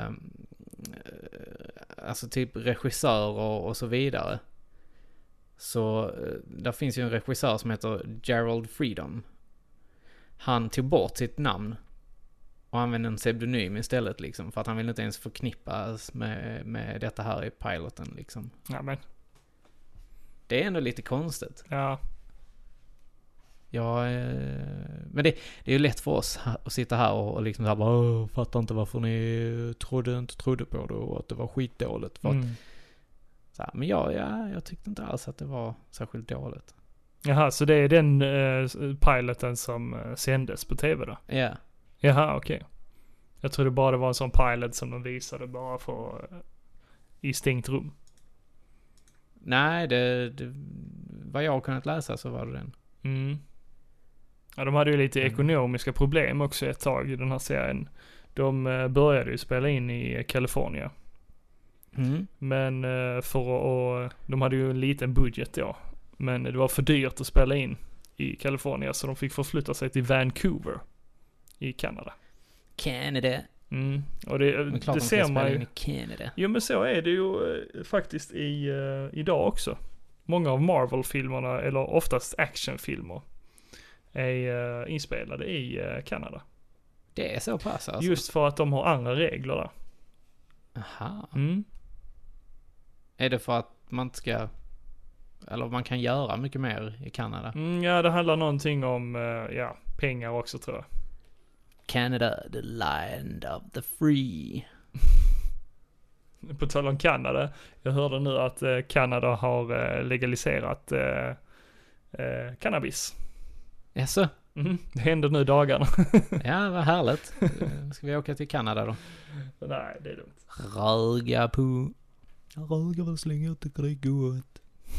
[SPEAKER 2] alltså typ regissörer och så vidare. Så där finns ju en regissör som heter Gerald Freedom. Han tog bort sitt namn och använde en pseudonym istället liksom, för att han ville inte ens förknippas med detta här i piloten liksom.
[SPEAKER 1] Ja, men.
[SPEAKER 2] Det är ändå lite konstigt.
[SPEAKER 1] Ja.
[SPEAKER 2] Ja, men det är ju lätt för oss att sitta här och liksom såhär bara, fattar inte varför ni inte trodde på det och att det var skitdåligt. För att, så här, men jag tyckte inte alls att det var särskilt dåligt.
[SPEAKER 1] Jaha, så det är den piloten som sändes på tv då?
[SPEAKER 2] Ja.
[SPEAKER 1] Jaha, okej. Jag trodde bara det var en sån pilot som de visade bara för i stängt rum.
[SPEAKER 2] Nej, vad jag har kunnat läsa så var det den.
[SPEAKER 1] Ja, de hade ju lite ekonomiska problem också ett tag i den här serien. De började ju spela in i California. Men de hade ju en liten budget då. Men det var för dyrt att spela in i California, så de fick förflytta sig till Vancouver i Kanada.
[SPEAKER 2] Canada.
[SPEAKER 1] Och
[SPEAKER 2] Men klart
[SPEAKER 1] det
[SPEAKER 2] de
[SPEAKER 1] ser
[SPEAKER 2] ska
[SPEAKER 1] man
[SPEAKER 2] spela
[SPEAKER 1] ju.
[SPEAKER 2] in i Canada.
[SPEAKER 1] Jo, men så är det ju faktiskt idag också. många av Marvel-filmerna, eller oftast actionfilmer, är inspelade i Kanada.
[SPEAKER 2] Det är så pass alltså?
[SPEAKER 1] Just för att de har andra regler där.
[SPEAKER 2] Aha.
[SPEAKER 1] Mm.
[SPEAKER 2] Är det för att man inte ska... Eller man kan göra mycket mer i Kanada?
[SPEAKER 1] Ja, det handlar någonting om pengar också, tror jag.
[SPEAKER 2] Canada, the land of the free.
[SPEAKER 1] På tal om Kanada, jag hörde nu att Kanada har legaliserat cannabis.
[SPEAKER 2] Jaså?
[SPEAKER 1] Det händer nu dagarna.
[SPEAKER 2] Ja, vad härligt. Ska vi åka till Kanada då?
[SPEAKER 1] Nej, det är dumt.
[SPEAKER 2] Röga på. Röga vad slänga, jag tycker det är gott.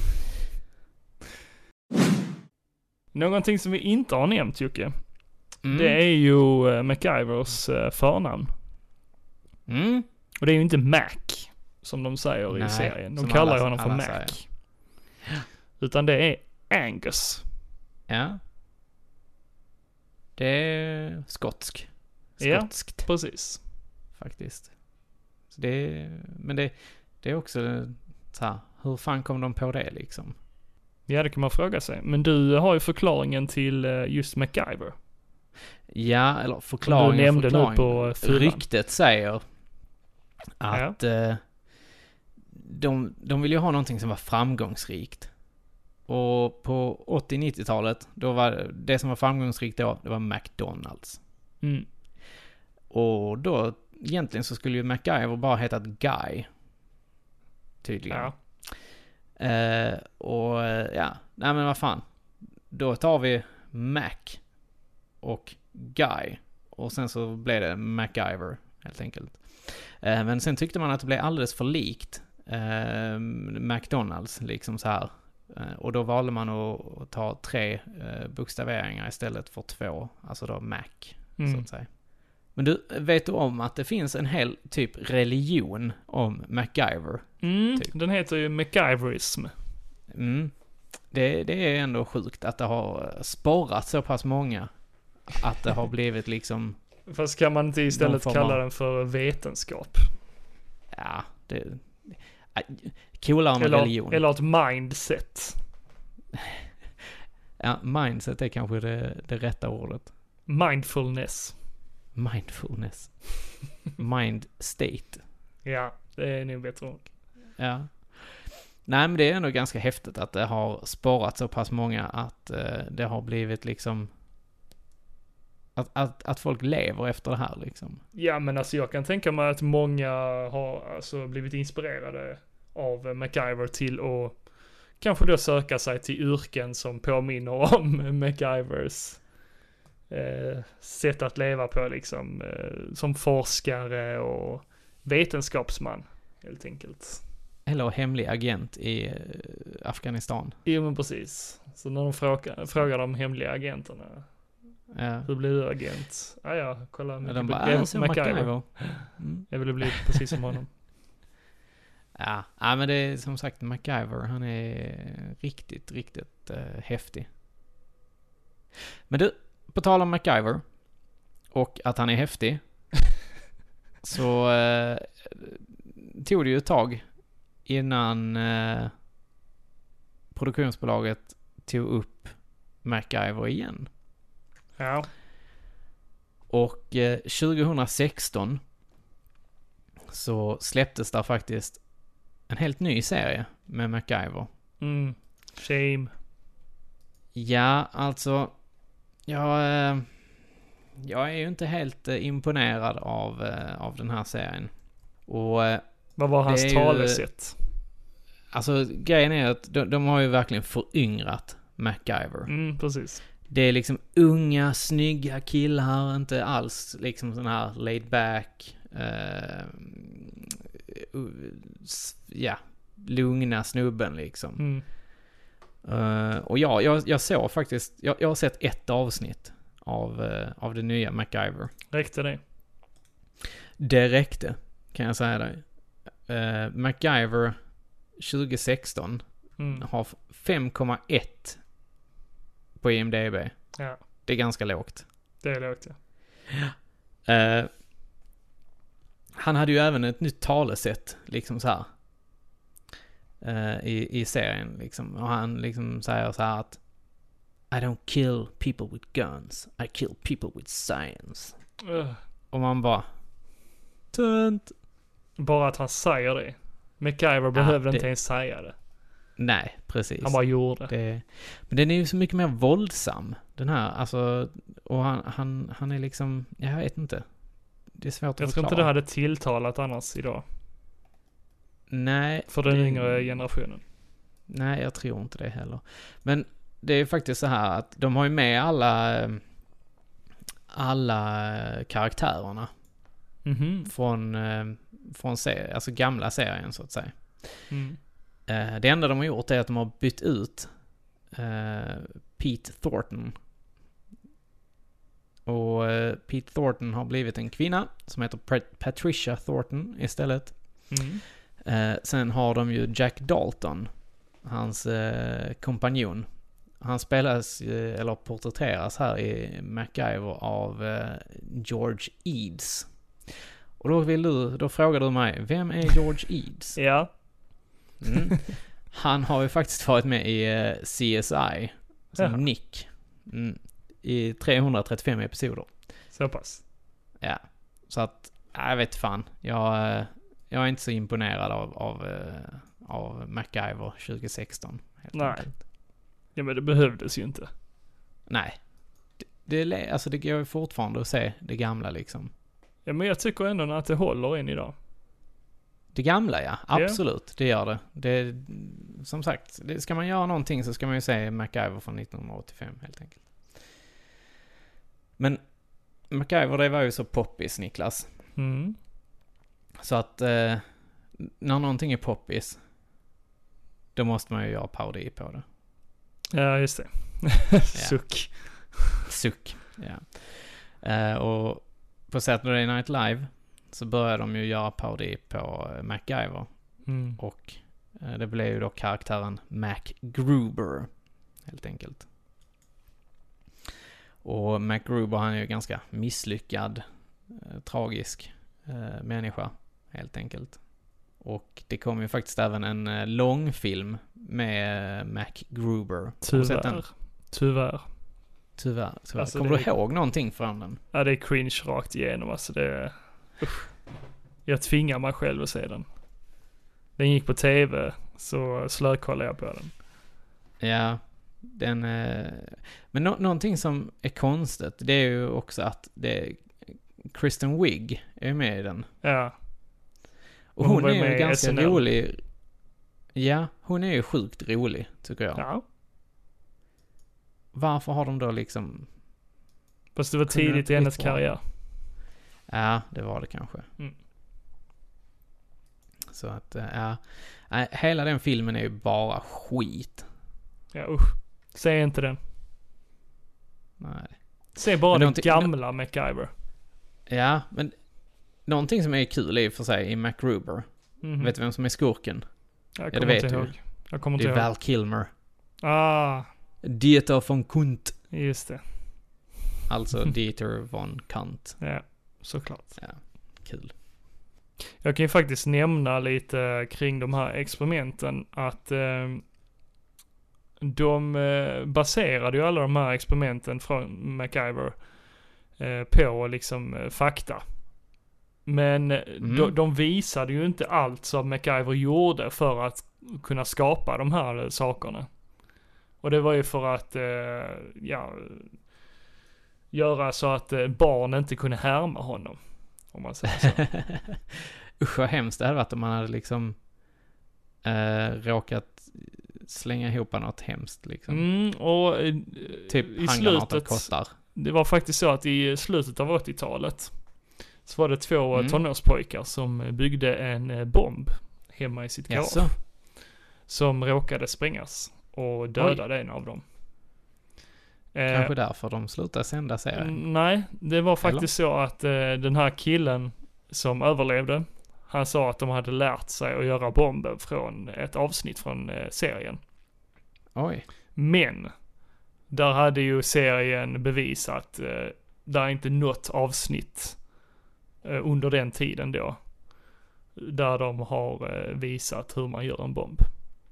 [SPEAKER 1] Någonting som vi inte har nämnt, Jocke. Det är ju MacGyvers förnamn. Och det är ju inte Mac, som de säger i serien. De kallar ju honom för Mac. Säger. Utan det är Angus.
[SPEAKER 2] Ja. Det är skotskt.
[SPEAKER 1] Ja, precis.
[SPEAKER 2] Faktiskt. Så men det är också så här, hur fan kom de på det liksom?
[SPEAKER 1] Ja, det kan man fråga sig. Men du har ju förklaringen till just MacGyver.
[SPEAKER 2] Ja, eller förklaringen.
[SPEAKER 1] Du nämnde nu på fyllan.
[SPEAKER 2] Ryktet säger att de vill ju ha någonting som var framgångsrikt. Och på 80-90-talet, då var det som var framgångsrikt då, det var McDonald's. Och då, egentligen så skulle ju MacGyver bara hetat Guy. Tydligen.
[SPEAKER 1] Ja.
[SPEAKER 2] Nej men vad fan. Då tar vi Mac och Guy. Och sen så blev det MacGyver, helt enkelt. Men sen tyckte man att det blev alldeles för likt McDonald's, liksom så här. Och då valde man att ta 3 bokstaveringar istället för 2. Alltså då Mac, så att säga. Men du, vet du om att det finns en hel typ religion om MacGyver? Typ.
[SPEAKER 1] Den heter ju MacGyverism.
[SPEAKER 2] Det är ändå sjukt att det har sporrat så pass många. Att det har blivit liksom...
[SPEAKER 1] Fast kan man inte istället kalla den för vetenskap?
[SPEAKER 2] Ja, coolare med religion.
[SPEAKER 1] Eller ett mindset.
[SPEAKER 2] Ja, mindset är kanske det rätta ordet.
[SPEAKER 1] Mindfulness.
[SPEAKER 2] Mind state.
[SPEAKER 1] Ja, det är nog bättre ord.
[SPEAKER 2] Ja. Nej, men det är ändå ganska häftigt att det har sporrat så pass många att det har blivit liksom... Att folk lever efter det här liksom.
[SPEAKER 1] Ja, men alltså jag kan tänka mig att många har alltså blivit inspirerade av MacGyver till att kanske då söka sig till yrken som påminner om MacGyvers sätt att leva på liksom. Som forskare och vetenskapsman, helt enkelt.
[SPEAKER 2] Eller hemlig agent i Afghanistan.
[SPEAKER 1] Jo, men precis. Så när de frågar de hemliga agenterna.
[SPEAKER 2] Ja.
[SPEAKER 1] Hur blir du agent? Kolla.
[SPEAKER 2] De bara, MacGyver.
[SPEAKER 1] Jag ville bli precis som honom.
[SPEAKER 2] Ja, men det är som sagt MacGyver. Han är riktigt, riktigt häftig. Men du, på tal om MacGyver och att han är häftig, så tog det ju ett tag innan produktionsbolaget tog upp MacGyver igen.
[SPEAKER 1] Ja.
[SPEAKER 2] Och 2016 så släpptes där faktiskt en helt ny serie med MacGyver.
[SPEAKER 1] Shame.
[SPEAKER 2] Ja, alltså jag är ju inte helt imponerad av den här serien. Och
[SPEAKER 1] vad var hans talesätt?
[SPEAKER 2] Alltså grejen är att de har ju verkligen föryngrat MacGyver.
[SPEAKER 1] Precis.
[SPEAKER 2] Det är liksom unga, snygga killar, inte alls liksom sån här laid back, lugna snubben liksom. Och jag såg faktiskt, jag har sett ett avsnitt av det nya MacGyver.
[SPEAKER 1] Räckte det?
[SPEAKER 2] Det räckte, kan jag säga dig. MacGyver 2016 har 5,1 på IMDb.
[SPEAKER 1] Ja.
[SPEAKER 2] Det är ganska lågt.
[SPEAKER 1] Det är lågt, ja.
[SPEAKER 2] Han hade ju även ett nytt talesätt, liksom så här. i serien liksom. Och han liksom säger så här att I don't kill people with guns, I kill people with science. Och man bara tunt.
[SPEAKER 1] Bara att han säger det. MacGyver behövde inte ens säga det.
[SPEAKER 2] Nej, precis.
[SPEAKER 1] Han bara gjorde
[SPEAKER 2] det. Men den är ju så mycket mer våldsam, den här. Alltså, och han är liksom, jag vet inte. Det är svårt att förklara.
[SPEAKER 1] Jag tror inte det hade tilltalat annars idag.
[SPEAKER 2] Nej.
[SPEAKER 1] För den yngre generationen.
[SPEAKER 2] Nej, jag tror inte det heller. Men det är faktiskt så här att de har ju med alla karaktärerna. Från alltså gamla serien så att säga. Det enda de har gjort är att de har bytt ut Pete Thornton. Och Pete Thornton har blivit en kvinna som heter Patricia Thornton istället. Sen har de ju Jack Dalton, hans kompanjon. Han spelas eller porträtteras här i MacGyver av George Eads. Och då frågar du mig, vem är George Eads?
[SPEAKER 1] Ja.
[SPEAKER 2] Han har ju faktiskt varit med i CSI som Nick i 335 episoder.
[SPEAKER 1] Så pass.
[SPEAKER 2] Ja. Så att, jag vet fan. Jag är inte så imponerad av MacGyver 2016.
[SPEAKER 1] Nej. Enkelt. Ja, men det behövdes ju inte.
[SPEAKER 2] Nej. Det går ju fortfarande att se det gamla liksom.
[SPEAKER 1] Ja, men jag tycker ändå att det håller än idag.
[SPEAKER 2] Det gamla, ja. Absolut, det gör det. Det. Som sagt, ska man göra någonting så ska man ju se MacGyver från 1985 helt enkelt. Men MacGyver, det var ju så poppis, Niklas. Så att när någonting är poppis, då måste man ju göra parodi på det.
[SPEAKER 1] Ja, just det. Suck.
[SPEAKER 2] Suck, ja. Och på Saturday Night Live så började de ju göra parodi på MacGyver. Och det blev ju då karaktären MacGruber, helt enkelt. Och MacGruber, han är ju ganska misslyckad, tragisk människa, helt enkelt. Och det kom ju faktiskt även en långfilm med MacGruber.
[SPEAKER 1] Tyvärr.
[SPEAKER 2] Alltså, kommer du ihåg någonting från den?
[SPEAKER 1] Ja, det är cringe rakt igenom. Alltså jag tvingar mig själv att se den. Den gick på tv, så slökollade jag på den.
[SPEAKER 2] Ja, men någonting som är konstigt, det är ju också att Kristen Wiig är med i den.
[SPEAKER 1] Ja.
[SPEAKER 2] Och hon är ju ganska rolig. Ja, hon är ju sjukt rolig, tycker jag.
[SPEAKER 1] Ja.
[SPEAKER 2] Varför har de då liksom...
[SPEAKER 1] Fast det var tidigt i hennes karriär.
[SPEAKER 2] Ja, det var det kanske. Så att, ja. Hela den filmen är ju bara skit.
[SPEAKER 1] Ja, usch. Se inte den.
[SPEAKER 2] Nej.
[SPEAKER 1] Se bara den gamla MacGyver.
[SPEAKER 2] Ja, men någonting som är kul i för sig i MacGruber. Vet du vem som är skurken?
[SPEAKER 1] Jag kommer inte ihåg.
[SPEAKER 2] Det är Val Kilmer. Dieter von Kunt.
[SPEAKER 1] Just det.
[SPEAKER 2] Alltså Dieter von Kunt.
[SPEAKER 1] Ja, såklart.
[SPEAKER 2] Ja, kul.
[SPEAKER 1] Jag kan ju faktiskt nämna lite kring de här experimenten att de baserade ju alla de här experimenten från MacGyver på liksom fakta. Men de visade ju inte allt som MacGyver gjorde för att kunna skapa de här sakerna. Och det var ju för att göra så att barn inte kunde härma honom, om man säger så.
[SPEAKER 2] Usch, vad hemskt det hade varit om man hade liksom råkat slänga ihop något hemskt liksom.
[SPEAKER 1] Och
[SPEAKER 2] typ
[SPEAKER 1] i slutet, det var faktiskt så att i slutet av 80-talet så var det 2 tonårspojkar som byggde en bomb hemma i sitt garage. Som råkade sprängas och dödade en av dem.
[SPEAKER 2] Kanske därför de slutade sända serien.
[SPEAKER 1] Nej, det var faktiskt så att den här killen som överlevde, han sa att de hade lärt sig att göra bomber från ett avsnitt från serien.
[SPEAKER 2] Oj.
[SPEAKER 1] Men där hade ju serien bevisat där är inte något avsnitt under den tiden då där de har visat hur man gör en bomb.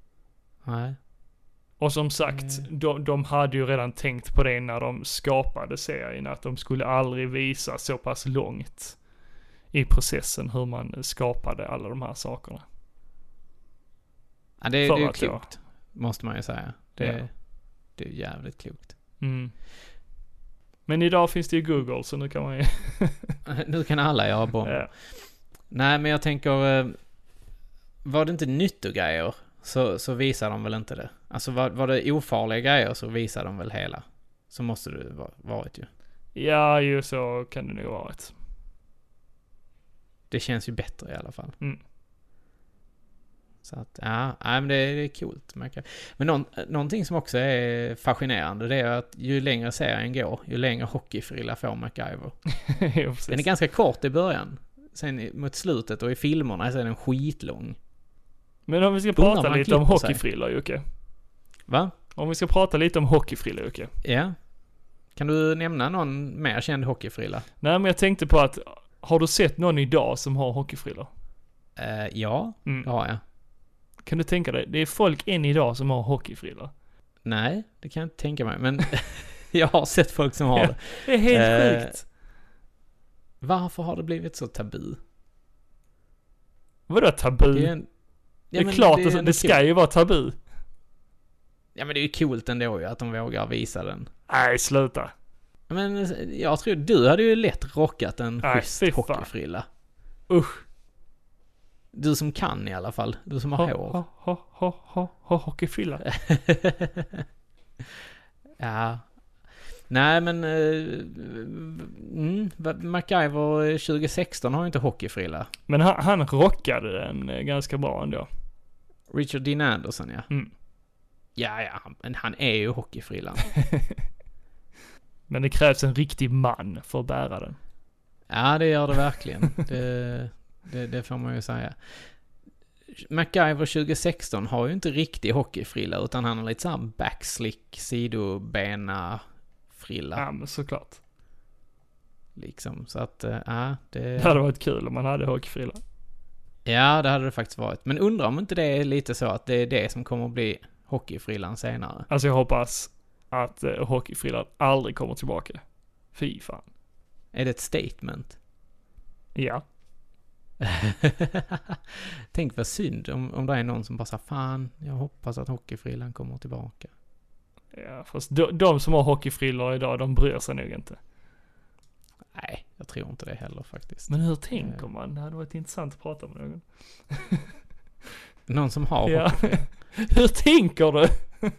[SPEAKER 2] Nej.
[SPEAKER 1] Och som sagt, de hade ju redan tänkt på det när de skapade serien, att de skulle aldrig visa så pass långt i processen hur man skapade alla de här sakerna.
[SPEAKER 2] Ja, det är ju
[SPEAKER 1] För
[SPEAKER 2] klokt, måste man ju säga. Det är jävligt klokt.
[SPEAKER 1] Mm. Men idag finns det ju Google, så nu kan man ju...
[SPEAKER 2] Nu kan alla göra bomber.
[SPEAKER 1] Ja.
[SPEAKER 2] Nej, men jag tänker, var det inte nyttogrejer så visar de väl inte det. Alltså var det ofarliga grejer så visar de väl hela. Så måste det varit ju.
[SPEAKER 1] Ja, ju så kan det nog ha varit.
[SPEAKER 2] Det känns ju bättre i alla fall.
[SPEAKER 1] Mm.
[SPEAKER 2] Så att, ja, men det är coolt. Men någonting som också är fascinerande, det är att ju längre serien går, ju längre hockeyfrilla får MacGyver.
[SPEAKER 1] Ja,
[SPEAKER 2] Den är ganska kort i början. Sen mot slutet och i filmerna så är den skitlång.
[SPEAKER 1] Men om vi ska
[SPEAKER 2] Undrar
[SPEAKER 1] prata
[SPEAKER 2] man
[SPEAKER 1] lite om
[SPEAKER 2] klipper sig.
[SPEAKER 1] hockeyfrillor, Jocke.
[SPEAKER 2] Va?
[SPEAKER 1] Om vi ska prata lite om hockeyfrillor, Jocke.
[SPEAKER 2] Ja. Kan du nämna någon mer känd hockeyfrilla?
[SPEAKER 1] Nej, men jag tänkte på att, har du sett någon idag som har hockeyfrillor?
[SPEAKER 2] Ja, det har jag.
[SPEAKER 1] Kan du tänka dig, det är folk än idag som har hockeyfrillor.
[SPEAKER 2] Nej, det kan jag inte tänka mig. Men jag har sett folk som har det.
[SPEAKER 1] Det är helt sjukt.
[SPEAKER 2] Varför har det blivit så tabu?
[SPEAKER 1] Vadå tabu? Det är klart att det ska ju vara tabu.
[SPEAKER 2] Ja, men det är ju coolt ändå ju att de vågar visa den.
[SPEAKER 1] Nej, sluta.
[SPEAKER 2] Men jag tror du hade ju lätt rockat en schysst hockeyfrilla.
[SPEAKER 1] Usch.
[SPEAKER 2] Du som kan i alla fall. Du som har hår.
[SPEAKER 1] Hockeyfrilla.
[SPEAKER 2] Ja. Nej, men MacGyver 2016 har ju inte hockeyfrilla.
[SPEAKER 1] Men han rockade den ganska bra ändå.
[SPEAKER 2] Richard Dean Anderson, ja.
[SPEAKER 1] Mm.
[SPEAKER 2] Ja, men han är ju hockeyfrillan.
[SPEAKER 1] Men det krävs en riktig man för att bära den.
[SPEAKER 2] Ja, det gör det verkligen. Det får man ju säga. MacGyver 2016 har ju inte riktig hockeyfrilla, utan han har lite såhär backslick, sidobena frilla.
[SPEAKER 1] Ja, men såklart.
[SPEAKER 2] Liksom, så att,
[SPEAKER 1] Det hade varit kul om man hade hockeyfrilla.
[SPEAKER 2] Ja, det hade det faktiskt varit. Men undrar om inte det är lite så att det är det som kommer att bli hockeyfrillan senare.
[SPEAKER 1] Alltså jag hoppas att hockeyfrillan aldrig kommer tillbaka. Fy fan.
[SPEAKER 2] Är det ett statement?
[SPEAKER 1] Ja.
[SPEAKER 2] Tänk vad synd om det är någon som bara sa fan, jag hoppas att hockeyfrillan kommer tillbaka.
[SPEAKER 1] Ja, fast de som har hockeyfrillor idag, de bryr sig nog inte.
[SPEAKER 2] Nej, jag tror inte det heller faktiskt.
[SPEAKER 1] Men hur tänker man? Det hade varit intressant att prata med någon.
[SPEAKER 2] Någon som har hockeyfrillor.
[SPEAKER 1] Hur tänker du?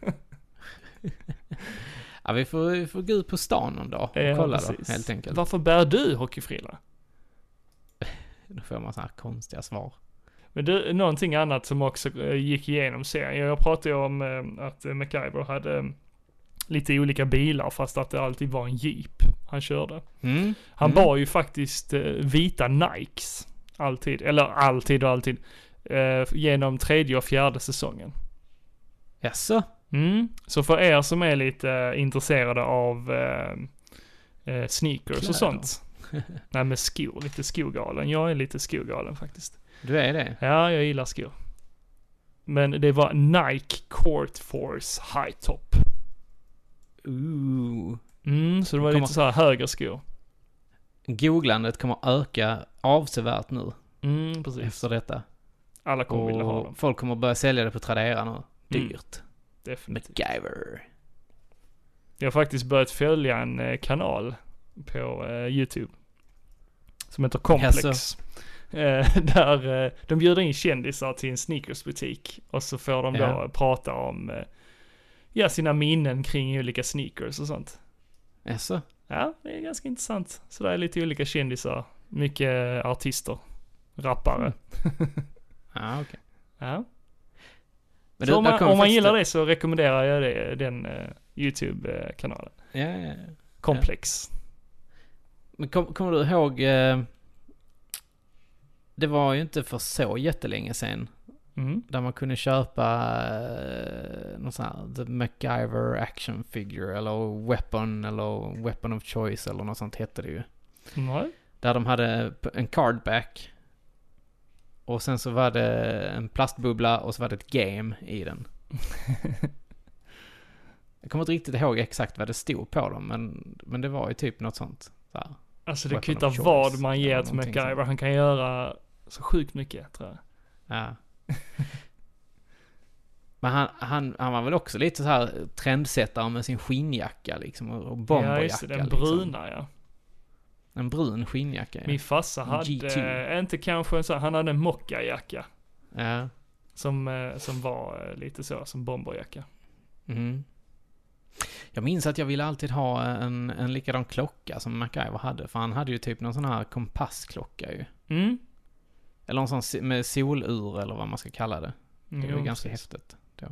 [SPEAKER 2] Ja, vi får gå ut på stan någon dag och kolla precis. Då, helt enkelt.
[SPEAKER 1] Varför bär du hockeyfrilla?
[SPEAKER 2] Då får man så här konstiga svar.
[SPEAKER 1] Men det, någonting annat som också gick igenom serien. Jag pratade ju om att MacGyver hade lite olika bilar, fast att det alltid var en Jeep han körde. Han bar ju faktiskt vita Nikes. Alltid. Eller alltid. Genom 3:e och 4:e säsongen.
[SPEAKER 2] Jaså?
[SPEAKER 1] Så för er som är lite intresserade av sneakers och sånt. Nej, men skor. Lite skogalen. Jag är lite skogalen faktiskt.
[SPEAKER 2] Du är det?
[SPEAKER 1] Ja, jag gillar skor. Men det var Nike Court Force High Top. Så det var lite så här högre skor.
[SPEAKER 2] Googlandet kommer öka avsevärt nu.
[SPEAKER 1] Precis.
[SPEAKER 2] Efter detta.
[SPEAKER 1] Alla kommer vilja ha dem.
[SPEAKER 2] Folk kommer börja sälja det på Tradera nu. Dyrt.
[SPEAKER 1] Definitivt.
[SPEAKER 2] MacGyver.
[SPEAKER 1] Jag har faktiskt börjat följa en kanal på YouTube som heter Complex. Där de bjuder in kändisar till en sneakersbutik och så får de då prata om sina minnen kring olika sneakers och sånt.
[SPEAKER 2] Jaså?
[SPEAKER 1] Ja, det är ganska intressant. Så det är lite olika kändisar, mycket artister, rappare.
[SPEAKER 2] Ja, okej.
[SPEAKER 1] Ja.
[SPEAKER 2] Men
[SPEAKER 1] så om man gillar det så rekommenderar jag den YouTube-kanalen.
[SPEAKER 2] Ja.
[SPEAKER 1] Complex.
[SPEAKER 2] Ja. Men kommer du ihåg, det var ju inte för så jättelänge sedan där man kunde köpa någon sån här The MacGyver Action Figure eller Weapon of Choice eller något sånt hette det ju. Där de hade en cardback och sen så var det en plastbubbla och så var det ett game i den. Jag kommer inte riktigt ihåg exakt vad det stod på dem, men det var ju typ något sånt. Så här.
[SPEAKER 1] Alltså det
[SPEAKER 2] Weapon
[SPEAKER 1] kvittar
[SPEAKER 2] of choice,
[SPEAKER 1] vad man ger
[SPEAKER 2] eller
[SPEAKER 1] till
[SPEAKER 2] någonting
[SPEAKER 1] MacGyver.
[SPEAKER 2] sånt.
[SPEAKER 1] Han kan göra så sjukt mycket, tror jag.
[SPEAKER 2] Ja. Men han var väl också lite så här trendsättare med sin skinnjacka liksom, och bomberjacka.
[SPEAKER 1] Ja, just det, den
[SPEAKER 2] liksom.
[SPEAKER 1] bruna, ja.
[SPEAKER 2] En brun skinnjacka, ja.
[SPEAKER 1] Min farsa hade,
[SPEAKER 2] G2.
[SPEAKER 1] inte kanske en sån, han hade en mockajacka.
[SPEAKER 2] Ja.
[SPEAKER 1] Som var lite så, som bomberjacka.
[SPEAKER 2] Mm. Jag minns att jag ville alltid ha en likadan klocka som MacGyver hade. För han hade ju typ någon sån här kompassklocka ju.
[SPEAKER 1] Mm.
[SPEAKER 2] Eller någon sån med solur eller vad man ska kalla det. Det var ju ganska
[SPEAKER 1] precis.
[SPEAKER 2] häftigt då.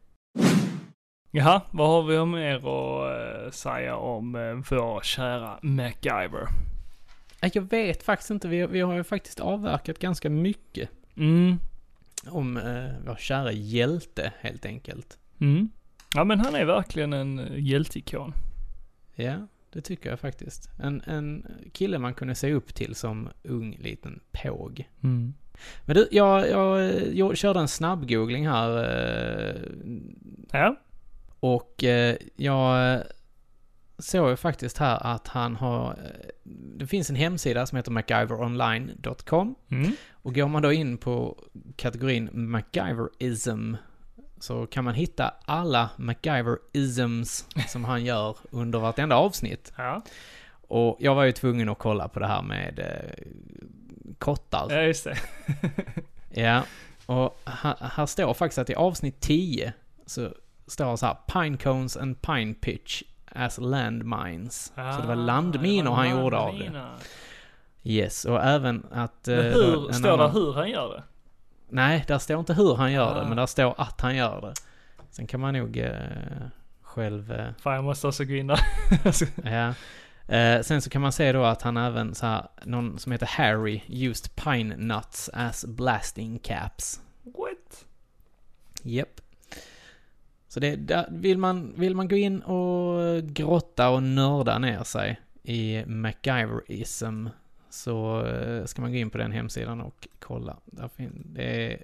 [SPEAKER 1] Jaha, vad har vi mer att säga om vår kära MacGyver?
[SPEAKER 2] Jag vet faktiskt inte. Vi har ju faktiskt avverkat ganska mycket om vår kära hjälte helt enkelt.
[SPEAKER 1] Mm. Ja, men han är verkligen en hjälteikon.
[SPEAKER 2] Ja, det tycker jag faktiskt. En kille man kunde se upp till som ung liten påg.
[SPEAKER 1] Mm.
[SPEAKER 2] Men du, jag körde en snabb-googling här.
[SPEAKER 1] Ja.
[SPEAKER 2] Och jag såg ju faktiskt här att han har... Det finns en hemsida som heter MacGyveronline.com.
[SPEAKER 1] Mm.
[SPEAKER 2] Och går man då in på kategorin MacGyverism så kan man hitta alla MacGyver-isms som han gör under vartenda avsnitt.
[SPEAKER 1] Ja.
[SPEAKER 2] Och jag var ju tvungen att kolla på det här med kottar.
[SPEAKER 1] Ja, just det.
[SPEAKER 2] Ja, och här står faktiskt att i avsnitt 10 så står det så här: Pine cones and pine pitch as landmines. Så det var landminor han gjorde av det. Yes, och även att...
[SPEAKER 1] Men står det hur han gör det?
[SPEAKER 2] Nej, där står inte hur han gör det, men där står att han gör det. Sen kan man nog själv...
[SPEAKER 1] Fan, jag måste också gå in där.
[SPEAKER 2] Ja. Sen så kan man se då att han även så här, någon som heter Harry used pine nuts as blasting caps.
[SPEAKER 1] What?
[SPEAKER 2] Yep. Så det, där, vill man gå in och grotta och nörda ner sig i MacGyverism så ska man gå in på den hemsidan och kolla. Det är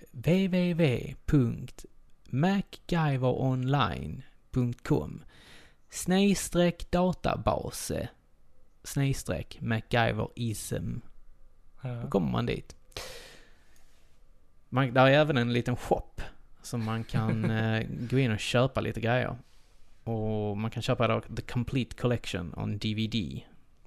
[SPEAKER 2] www.macgyveronline.com/database /MacGyverism. Då kommer man dit. Där är även en liten shop som man kan gå in och köpa lite grejer. Och man kan köpa då The Complete Collection on DVD.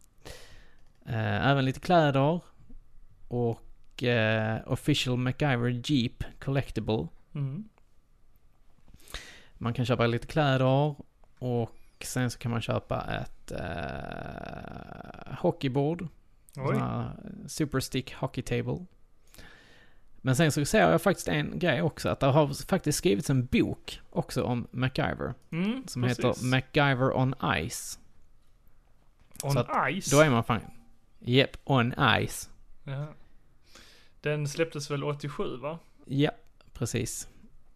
[SPEAKER 2] Även lite kläder och Official MacGyver Jeep Collectible.
[SPEAKER 1] Mm.
[SPEAKER 2] Man kan köpa lite kläder och sen så kan man köpa ett hockeyboard. Superstick Hockey Table. Men sen så ser jag faktiskt en grej också, att det har faktiskt skrivits en bok också om MacGyver. Som heter MacGyver on Ice.
[SPEAKER 1] On
[SPEAKER 2] så
[SPEAKER 1] Ice?
[SPEAKER 2] Då är man fan... Yep, on Ice.
[SPEAKER 1] Ja. Den släpptes väl 87, va?
[SPEAKER 2] Ja, precis.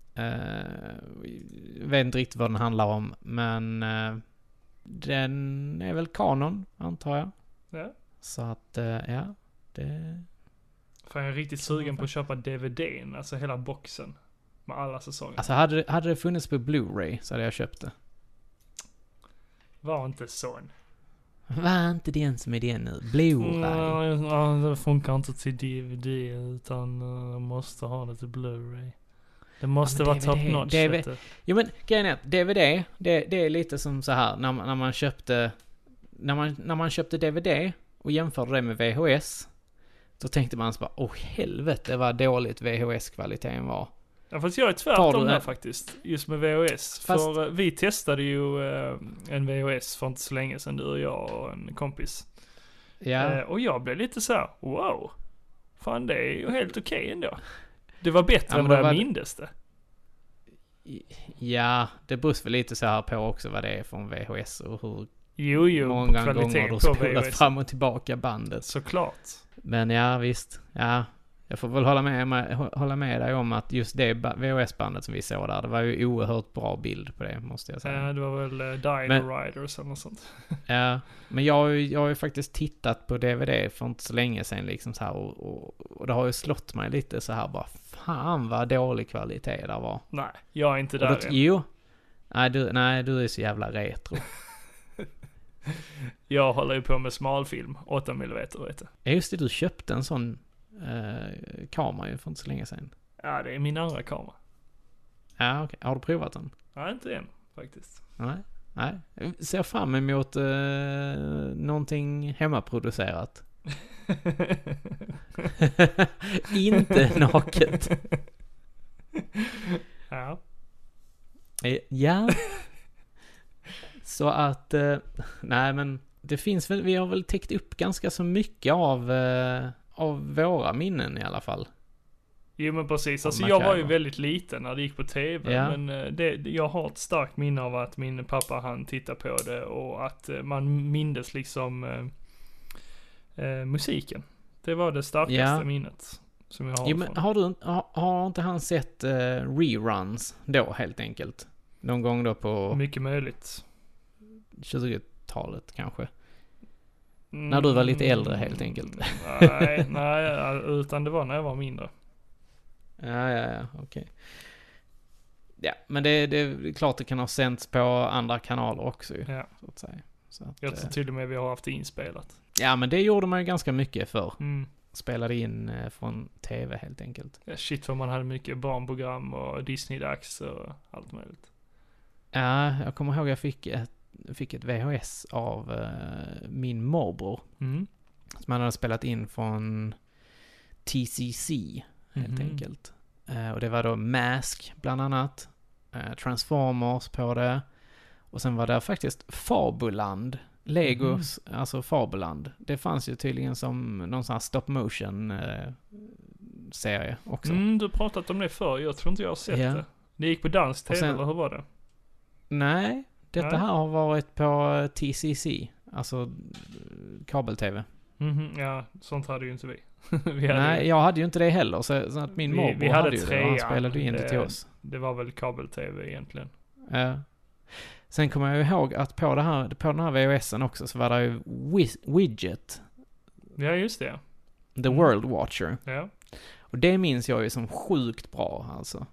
[SPEAKER 2] Vet inte riktigt vad den handlar om, men den är väl kanon, antar jag.
[SPEAKER 1] Ja.
[SPEAKER 2] Så att, ja, det...
[SPEAKER 1] Fan, jag är riktigt sugen på att köpa DVD:n, alltså hela boxen. Med alla säsonger.
[SPEAKER 2] Alltså hade det funnits på Blu-ray så hade jag köpt det.
[SPEAKER 1] Var inte sån.
[SPEAKER 2] Var inte den som är den nu? Blu-ray.
[SPEAKER 1] Ja, det funkar inte till DVD utan måste ha det till Blu-ray. Det måste vara top notch.
[SPEAKER 2] Jo men grejen är att DVD, det är lite som så här när man köpte när man köpte DVD och jämförde det med VHS, då tänkte man så bara, åh helvete vad dåligt VHS-kvaliteten var.
[SPEAKER 1] Ja, fast jag är tvärtom där faktiskt, just med VHS. För vi testade ju en VHS för inte så länge sedan, du och jag och en kompis.
[SPEAKER 2] Ja.
[SPEAKER 1] Och jag blev lite så här: wow, fan det är ju helt okej ändå. Det var bättre än vad jag mindes det.
[SPEAKER 2] Ja, det beror väl lite så här på också vad det är för en VHS och hur
[SPEAKER 1] många gånger
[SPEAKER 2] du spolar fram och tillbaka bandet.
[SPEAKER 1] Såklart.
[SPEAKER 2] Men ja, visst. Ja, Jag får väl hålla med dig om att just det VHS-bandet som vi såg där, det var ju oerhört bra bild på det, måste jag säga.
[SPEAKER 1] Ja, det var väl Dino Riders eller något sånt.
[SPEAKER 2] Ja, men jag har ju faktiskt tittat på DVD för inte så länge sedan liksom så här, och det har ju slått mig lite så här bara, fan vad dålig kvalitet det var.
[SPEAKER 1] Nej, jag är inte där än.
[SPEAKER 2] Jo. Nej, du är så jävla retro.
[SPEAKER 1] Jag håller ju på med smalfilm, 8 mm, vet du.
[SPEAKER 2] Ja, just det, du köpte en sån kamera ju för inte så länge sedan.
[SPEAKER 1] Ja, det är min andra kamera.
[SPEAKER 2] Ja, okej. Har du provat den?
[SPEAKER 1] Nej, inte än faktiskt.
[SPEAKER 2] Nej. Ser fram emot någonting hemmaproducerat. Inte naket.
[SPEAKER 1] Ja.
[SPEAKER 2] Ja. Så att, nej men det finns väl, vi har väl täckt upp ganska så mycket av våra minnen i alla fall.
[SPEAKER 1] Jo men precis, alltså jag var ju väldigt liten när det gick på tv,
[SPEAKER 2] ja.
[SPEAKER 1] Men jag har ett starkt minne av att min pappa han tittade på det och att man mindes liksom musiken. Det var det starkaste minnet som jag har.
[SPEAKER 2] Jo, men har inte han sett reruns då helt enkelt? Någon gång då på...
[SPEAKER 1] Mycket möjligt.
[SPEAKER 2] 20-talet kanske. När du var lite äldre helt enkelt.
[SPEAKER 1] Nej, utan det var när jag var mindre.
[SPEAKER 2] Ja, okej. Ja, men det är klart det kan ha sänts på andra kanaler också ju, så att säga. Så att,
[SPEAKER 1] jag tror till och med vi har haft det inspelat.
[SPEAKER 2] Ja, men det gjorde man ju ganska mycket för.
[SPEAKER 1] Mm.
[SPEAKER 2] Spelade in från tv helt enkelt.
[SPEAKER 1] Ja, shit för man hade mycket barnprogram och Disney-dags och allt möjligt.
[SPEAKER 2] Ja, jag kommer ihåg jag fick ett VHS av min morbror.
[SPEAKER 1] Mm.
[SPEAKER 2] Som han hade spelat in från TCC helt enkelt. Och det var då Mask bland annat. Transformers på det. Och sen var det faktiskt Fabuland. Legos, alltså Fabuland. Det fanns ju tydligen som någon sån här stop motion serie också.
[SPEAKER 1] Du har pratat om det förr. Jag tror inte jag har sett det. Det gick på dansk tv eller hur var det?
[SPEAKER 2] Nej, detta här har varit på TCC. Alltså kabel-tv.
[SPEAKER 1] Ja, sånt hade ju inte vi.
[SPEAKER 2] Nej, jag hade ju inte det heller. Så att min morbror hade ju det. Han spelade ju in det till oss.
[SPEAKER 1] Det var väl kabel-tv egentligen.
[SPEAKER 2] Ja. Sen kommer jag ju ihåg att på den här VHSen också så var det ju Widget.
[SPEAKER 1] Ja, just det.
[SPEAKER 2] The World Watcher.
[SPEAKER 1] Ja. Och
[SPEAKER 2] det minns jag ju som sjukt bra alltså.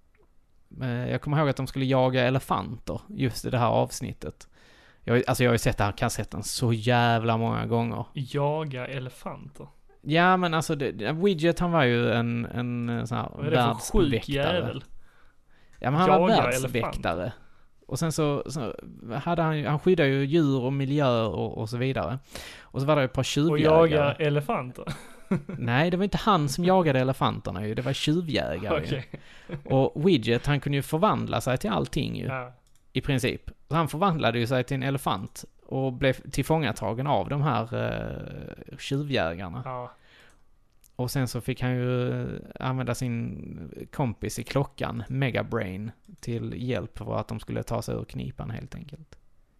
[SPEAKER 2] Jag kommer ihåg att de skulle jaga elefanter just i det här avsnittet. Jag har ju sett den här kassetten så jävla många gånger.
[SPEAKER 1] Jaga elefanter?
[SPEAKER 2] Ja, men alltså Widget, han var ju en sån här världsväktare. Ja, men han var världsväktare. Och sen så hade han skyddade ju djur och miljö och så vidare. Och så var det ett par tjuvjägare.
[SPEAKER 1] Och jaga elefanter?
[SPEAKER 2] Nej, det var inte han som jagade elefanterna ju. Det var tjuvjägare.
[SPEAKER 1] Okay.
[SPEAKER 2] Och Widget, han kunde ju förvandla sig till allting ju. Ja. I princip. Så han förvandlade ju sig till en elefant och blev tillfångatagen av de här tjuvjägarna.
[SPEAKER 1] Ja.
[SPEAKER 2] Och sen så fick han ju använda sin kompis i klockan, Megabrain, till hjälp för att de skulle ta sig ur knipan helt enkelt.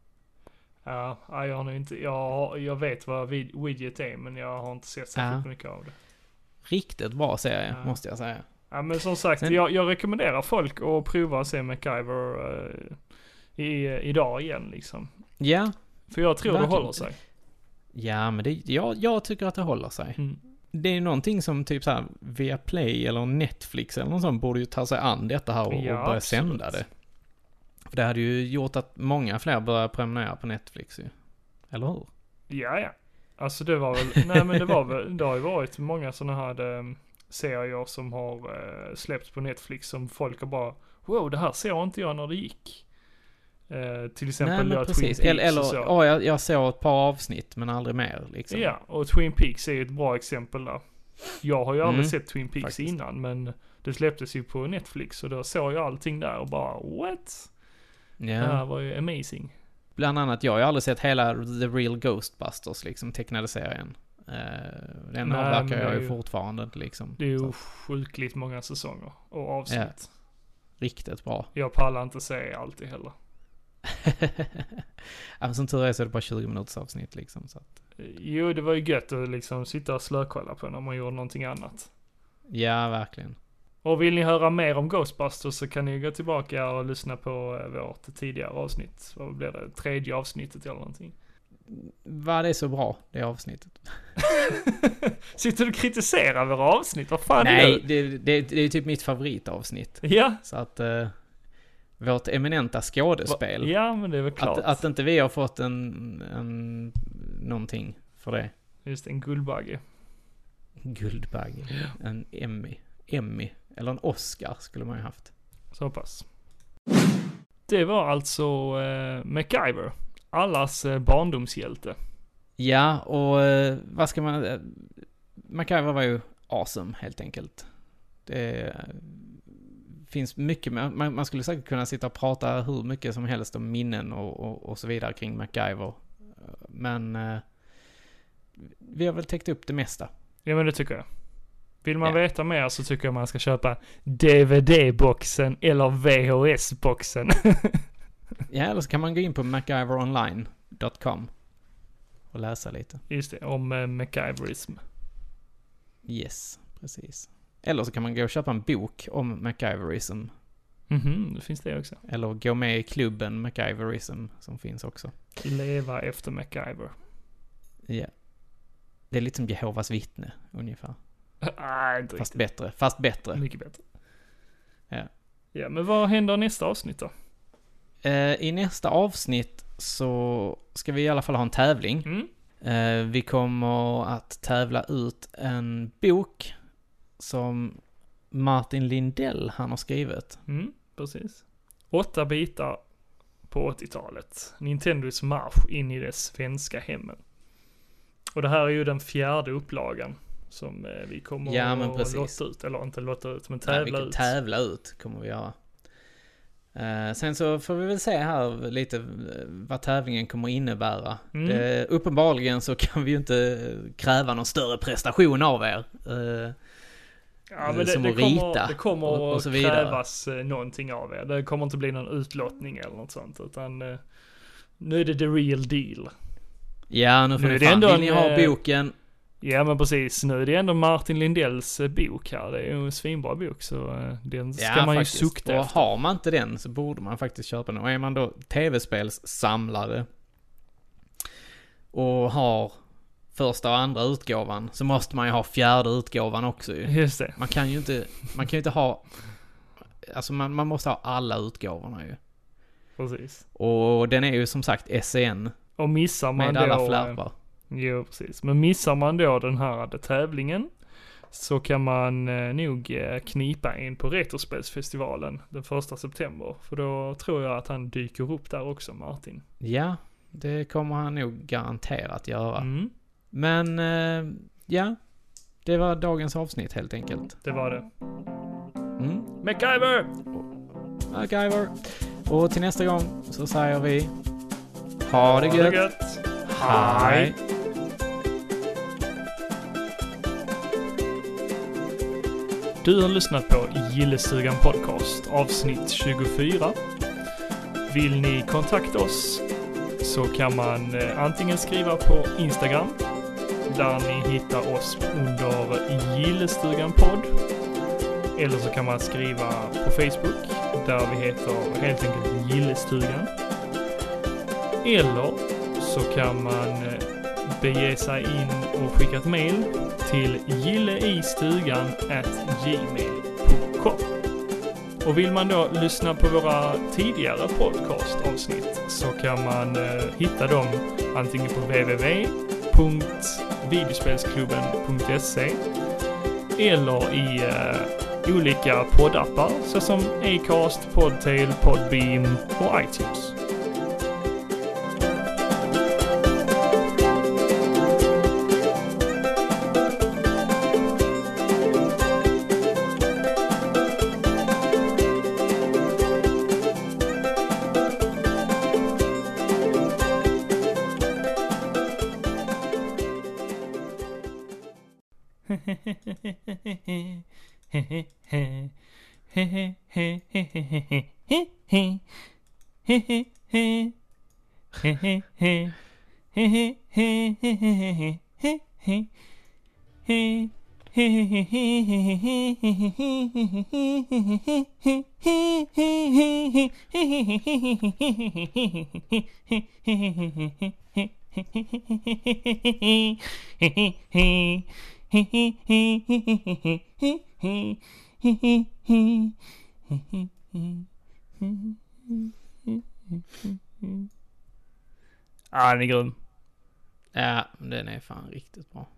[SPEAKER 1] Ja, jag har nog inte... Jag vet vad Widget är, men jag har inte sett så mycket av det.
[SPEAKER 2] Riktigt bra serie, måste jag säga.
[SPEAKER 1] Ja, men som sagt, jag rekommenderar folk att prova att se MacGyver idag igen liksom.
[SPEAKER 2] Ja.
[SPEAKER 1] För jag tror det håller sig.
[SPEAKER 2] Ja, men jag tycker att det håller sig. Mm. Det är någonting som typ så här Viaplay eller Netflix eller något sånt borde ju ta sig an detta här och börja sända det. För det hade ju gjort att många fler börjar prenumerera på Netflix ju. Eller hur?
[SPEAKER 1] Ja. Alltså det var väl, nej men det har ju varit många sådana här serier som har släppts på Netflix som folk har bara, wow, det här ser inte jag när det gick. Till exempel Twin Peaks
[SPEAKER 2] eller
[SPEAKER 1] och så.
[SPEAKER 2] Jag såg ett par avsnitt men aldrig mer liksom.
[SPEAKER 1] Ja, och Twin Peaks är ju ett bra exempel där. Jag har ju aldrig sett Twin Peaks innan, men det släpptes ju på Netflix och då såg jag allting där och bara, what? Det här var ju amazing.
[SPEAKER 2] Bland annat, jag har ju aldrig sett hela The Real Ghostbusters liksom, tecknade serien. Den avverkar jag ju fortfarande liksom.
[SPEAKER 1] Det är ju sjukligt många säsonger och avsnitt.
[SPEAKER 2] Ja. Riktigt bra.
[SPEAKER 1] Jag pallar inte se alltid heller.
[SPEAKER 2] Ja, som tur är så är det bara 20 minuters avsnitt liksom. Så att...
[SPEAKER 1] Jo, det var ju gött att liksom sitta och slökolla på när man gjorde någonting annat.
[SPEAKER 2] Ja, verkligen.
[SPEAKER 1] Och vill ni höra mer om Ghostbusters så kan ni gå tillbaka och lyssna på vårt tidigare avsnitt. Vad blir det? 3:e avsnittet eller någonting.
[SPEAKER 2] Var det så bra, det avsnittet?
[SPEAKER 1] Sitter du och kritiserar våra avsnitt? Vad fan är
[SPEAKER 2] Nej,
[SPEAKER 1] det?
[SPEAKER 2] det är typ mitt favoritavsnitt.
[SPEAKER 1] Ja.
[SPEAKER 2] Så att vårt eminenta skådespel.
[SPEAKER 1] Ja, men det är väl klart.
[SPEAKER 2] Att inte vi har fått någonting för det.
[SPEAKER 1] Just en Guldbagge.
[SPEAKER 2] Guldbagge. En Emmy. Eller en Oscar skulle man ju haft.
[SPEAKER 1] Så pass. Det var alltså MacGyver. Allas barndomshjälte.
[SPEAKER 2] Ja, och vad ska man... MacGyver var ju awesome, helt enkelt. Det finns mycket... Man skulle säkert kunna sitta och prata hur mycket som helst om minnen och så vidare kring MacGyver. Men vi har väl täckt upp det mesta.
[SPEAKER 1] Ja, men det tycker jag. Vill man veta mer så tycker jag man ska köpa DVD-boxen eller VHS-boxen.
[SPEAKER 2] Ja, eller så kan man gå in på MacGyveronline.com och läsa lite.
[SPEAKER 1] Just det, om MacGyverism.
[SPEAKER 2] Yes, precis. Eller så kan man gå och köpa en bok om MacGyverism.
[SPEAKER 1] Det finns det också.
[SPEAKER 2] Eller gå med i klubben MacGyverism som finns också.
[SPEAKER 1] Leva efter MacGyver.
[SPEAKER 2] Ja. Det är lite som Jehovas vittne, ungefär.
[SPEAKER 1] Nej, inte
[SPEAKER 2] Fast
[SPEAKER 1] riktigt.
[SPEAKER 2] bättre. Fast bättre.
[SPEAKER 1] Mycket bättre.
[SPEAKER 2] Ja.
[SPEAKER 1] Ja, men vad händer i nästa avsnitt då?
[SPEAKER 2] I nästa avsnitt så ska vi i alla fall ha en tävling. Vi kommer att tävla ut en bok som Martin Lindell han har skrivit.
[SPEAKER 1] Precis. 8 bitar på 80-talet. Nintendos marsch in i det svenska hemmen. Och det här är ju den 4:e upplagan som vi kommer att låta ut. Eller inte låta ut, men tävla ut.
[SPEAKER 2] Tävla ut kommer vi göra. Sen så får vi väl se här lite vad tävlingen kommer att innebära. Uppenbarligen så kan vi ju inte kräva någon större prestation av er.
[SPEAKER 1] Ja, men
[SPEAKER 2] som att
[SPEAKER 1] rita. Det kommer
[SPEAKER 2] och
[SPEAKER 1] att
[SPEAKER 2] så vidare.
[SPEAKER 1] krävas någonting av er. Det kommer inte bli någon utlottning eller något sånt. Utan nu är det the real deal.
[SPEAKER 2] Ja, nu får ni fan. Vill ni ha boken?
[SPEAKER 1] Ja, men precis. Nu är det ändå Martin Lindells bok här. Det är ju en svinbra bok, så den ska man
[SPEAKER 2] faktiskt.
[SPEAKER 1] ju sukta
[SPEAKER 2] och
[SPEAKER 1] efter.
[SPEAKER 2] Har man inte den så borde man faktiskt köpa den. Och är man då tv-spelssamlare och har första och andra utgåvan så måste man ju ha 4:e utgåvan också ju.
[SPEAKER 1] Just det.
[SPEAKER 2] Man kan ju inte ha... Alltså man måste ha alla utgåvorna ju.
[SPEAKER 1] Precis.
[SPEAKER 2] Och den är ju som sagt SCN.
[SPEAKER 1] Och missar man
[SPEAKER 2] med alla flärpar.
[SPEAKER 1] Jo, precis. Men missar man då den här tävlingen så kan man nog knipa en på Retrospelsfestivalen den 1 september. För då tror jag att han dyker upp där också, Martin.
[SPEAKER 2] Ja, det kommer han nog garanterat göra. Men ja, det var dagens avsnitt helt enkelt.
[SPEAKER 1] Det var det. MacGyver!
[SPEAKER 2] MacGyver. Och till nästa gång så säger vi ha det gött. Hej.
[SPEAKER 1] Du har lyssnat på Gillestugan Podcast avsnitt 24. Vill ni kontakta oss så kan man antingen skriva på Instagram där ni hittar oss under Gillestugan Podd, eller så kan man skriva på Facebook där vi heter helt enkelt Gillestugan, eller så kan man bege sig in och skicka ett mail till gilleistugan@gmail.com. Och vill man då lyssna på våra tidigare podcastavsnitt så kan man hitta dem antingen på www.videospelsklubben.se eller i olika poddappar såsom Acast, Podtail, Podbeam och iTunes. Ja, den är grym.
[SPEAKER 2] Ja, den är fan riktigt bra.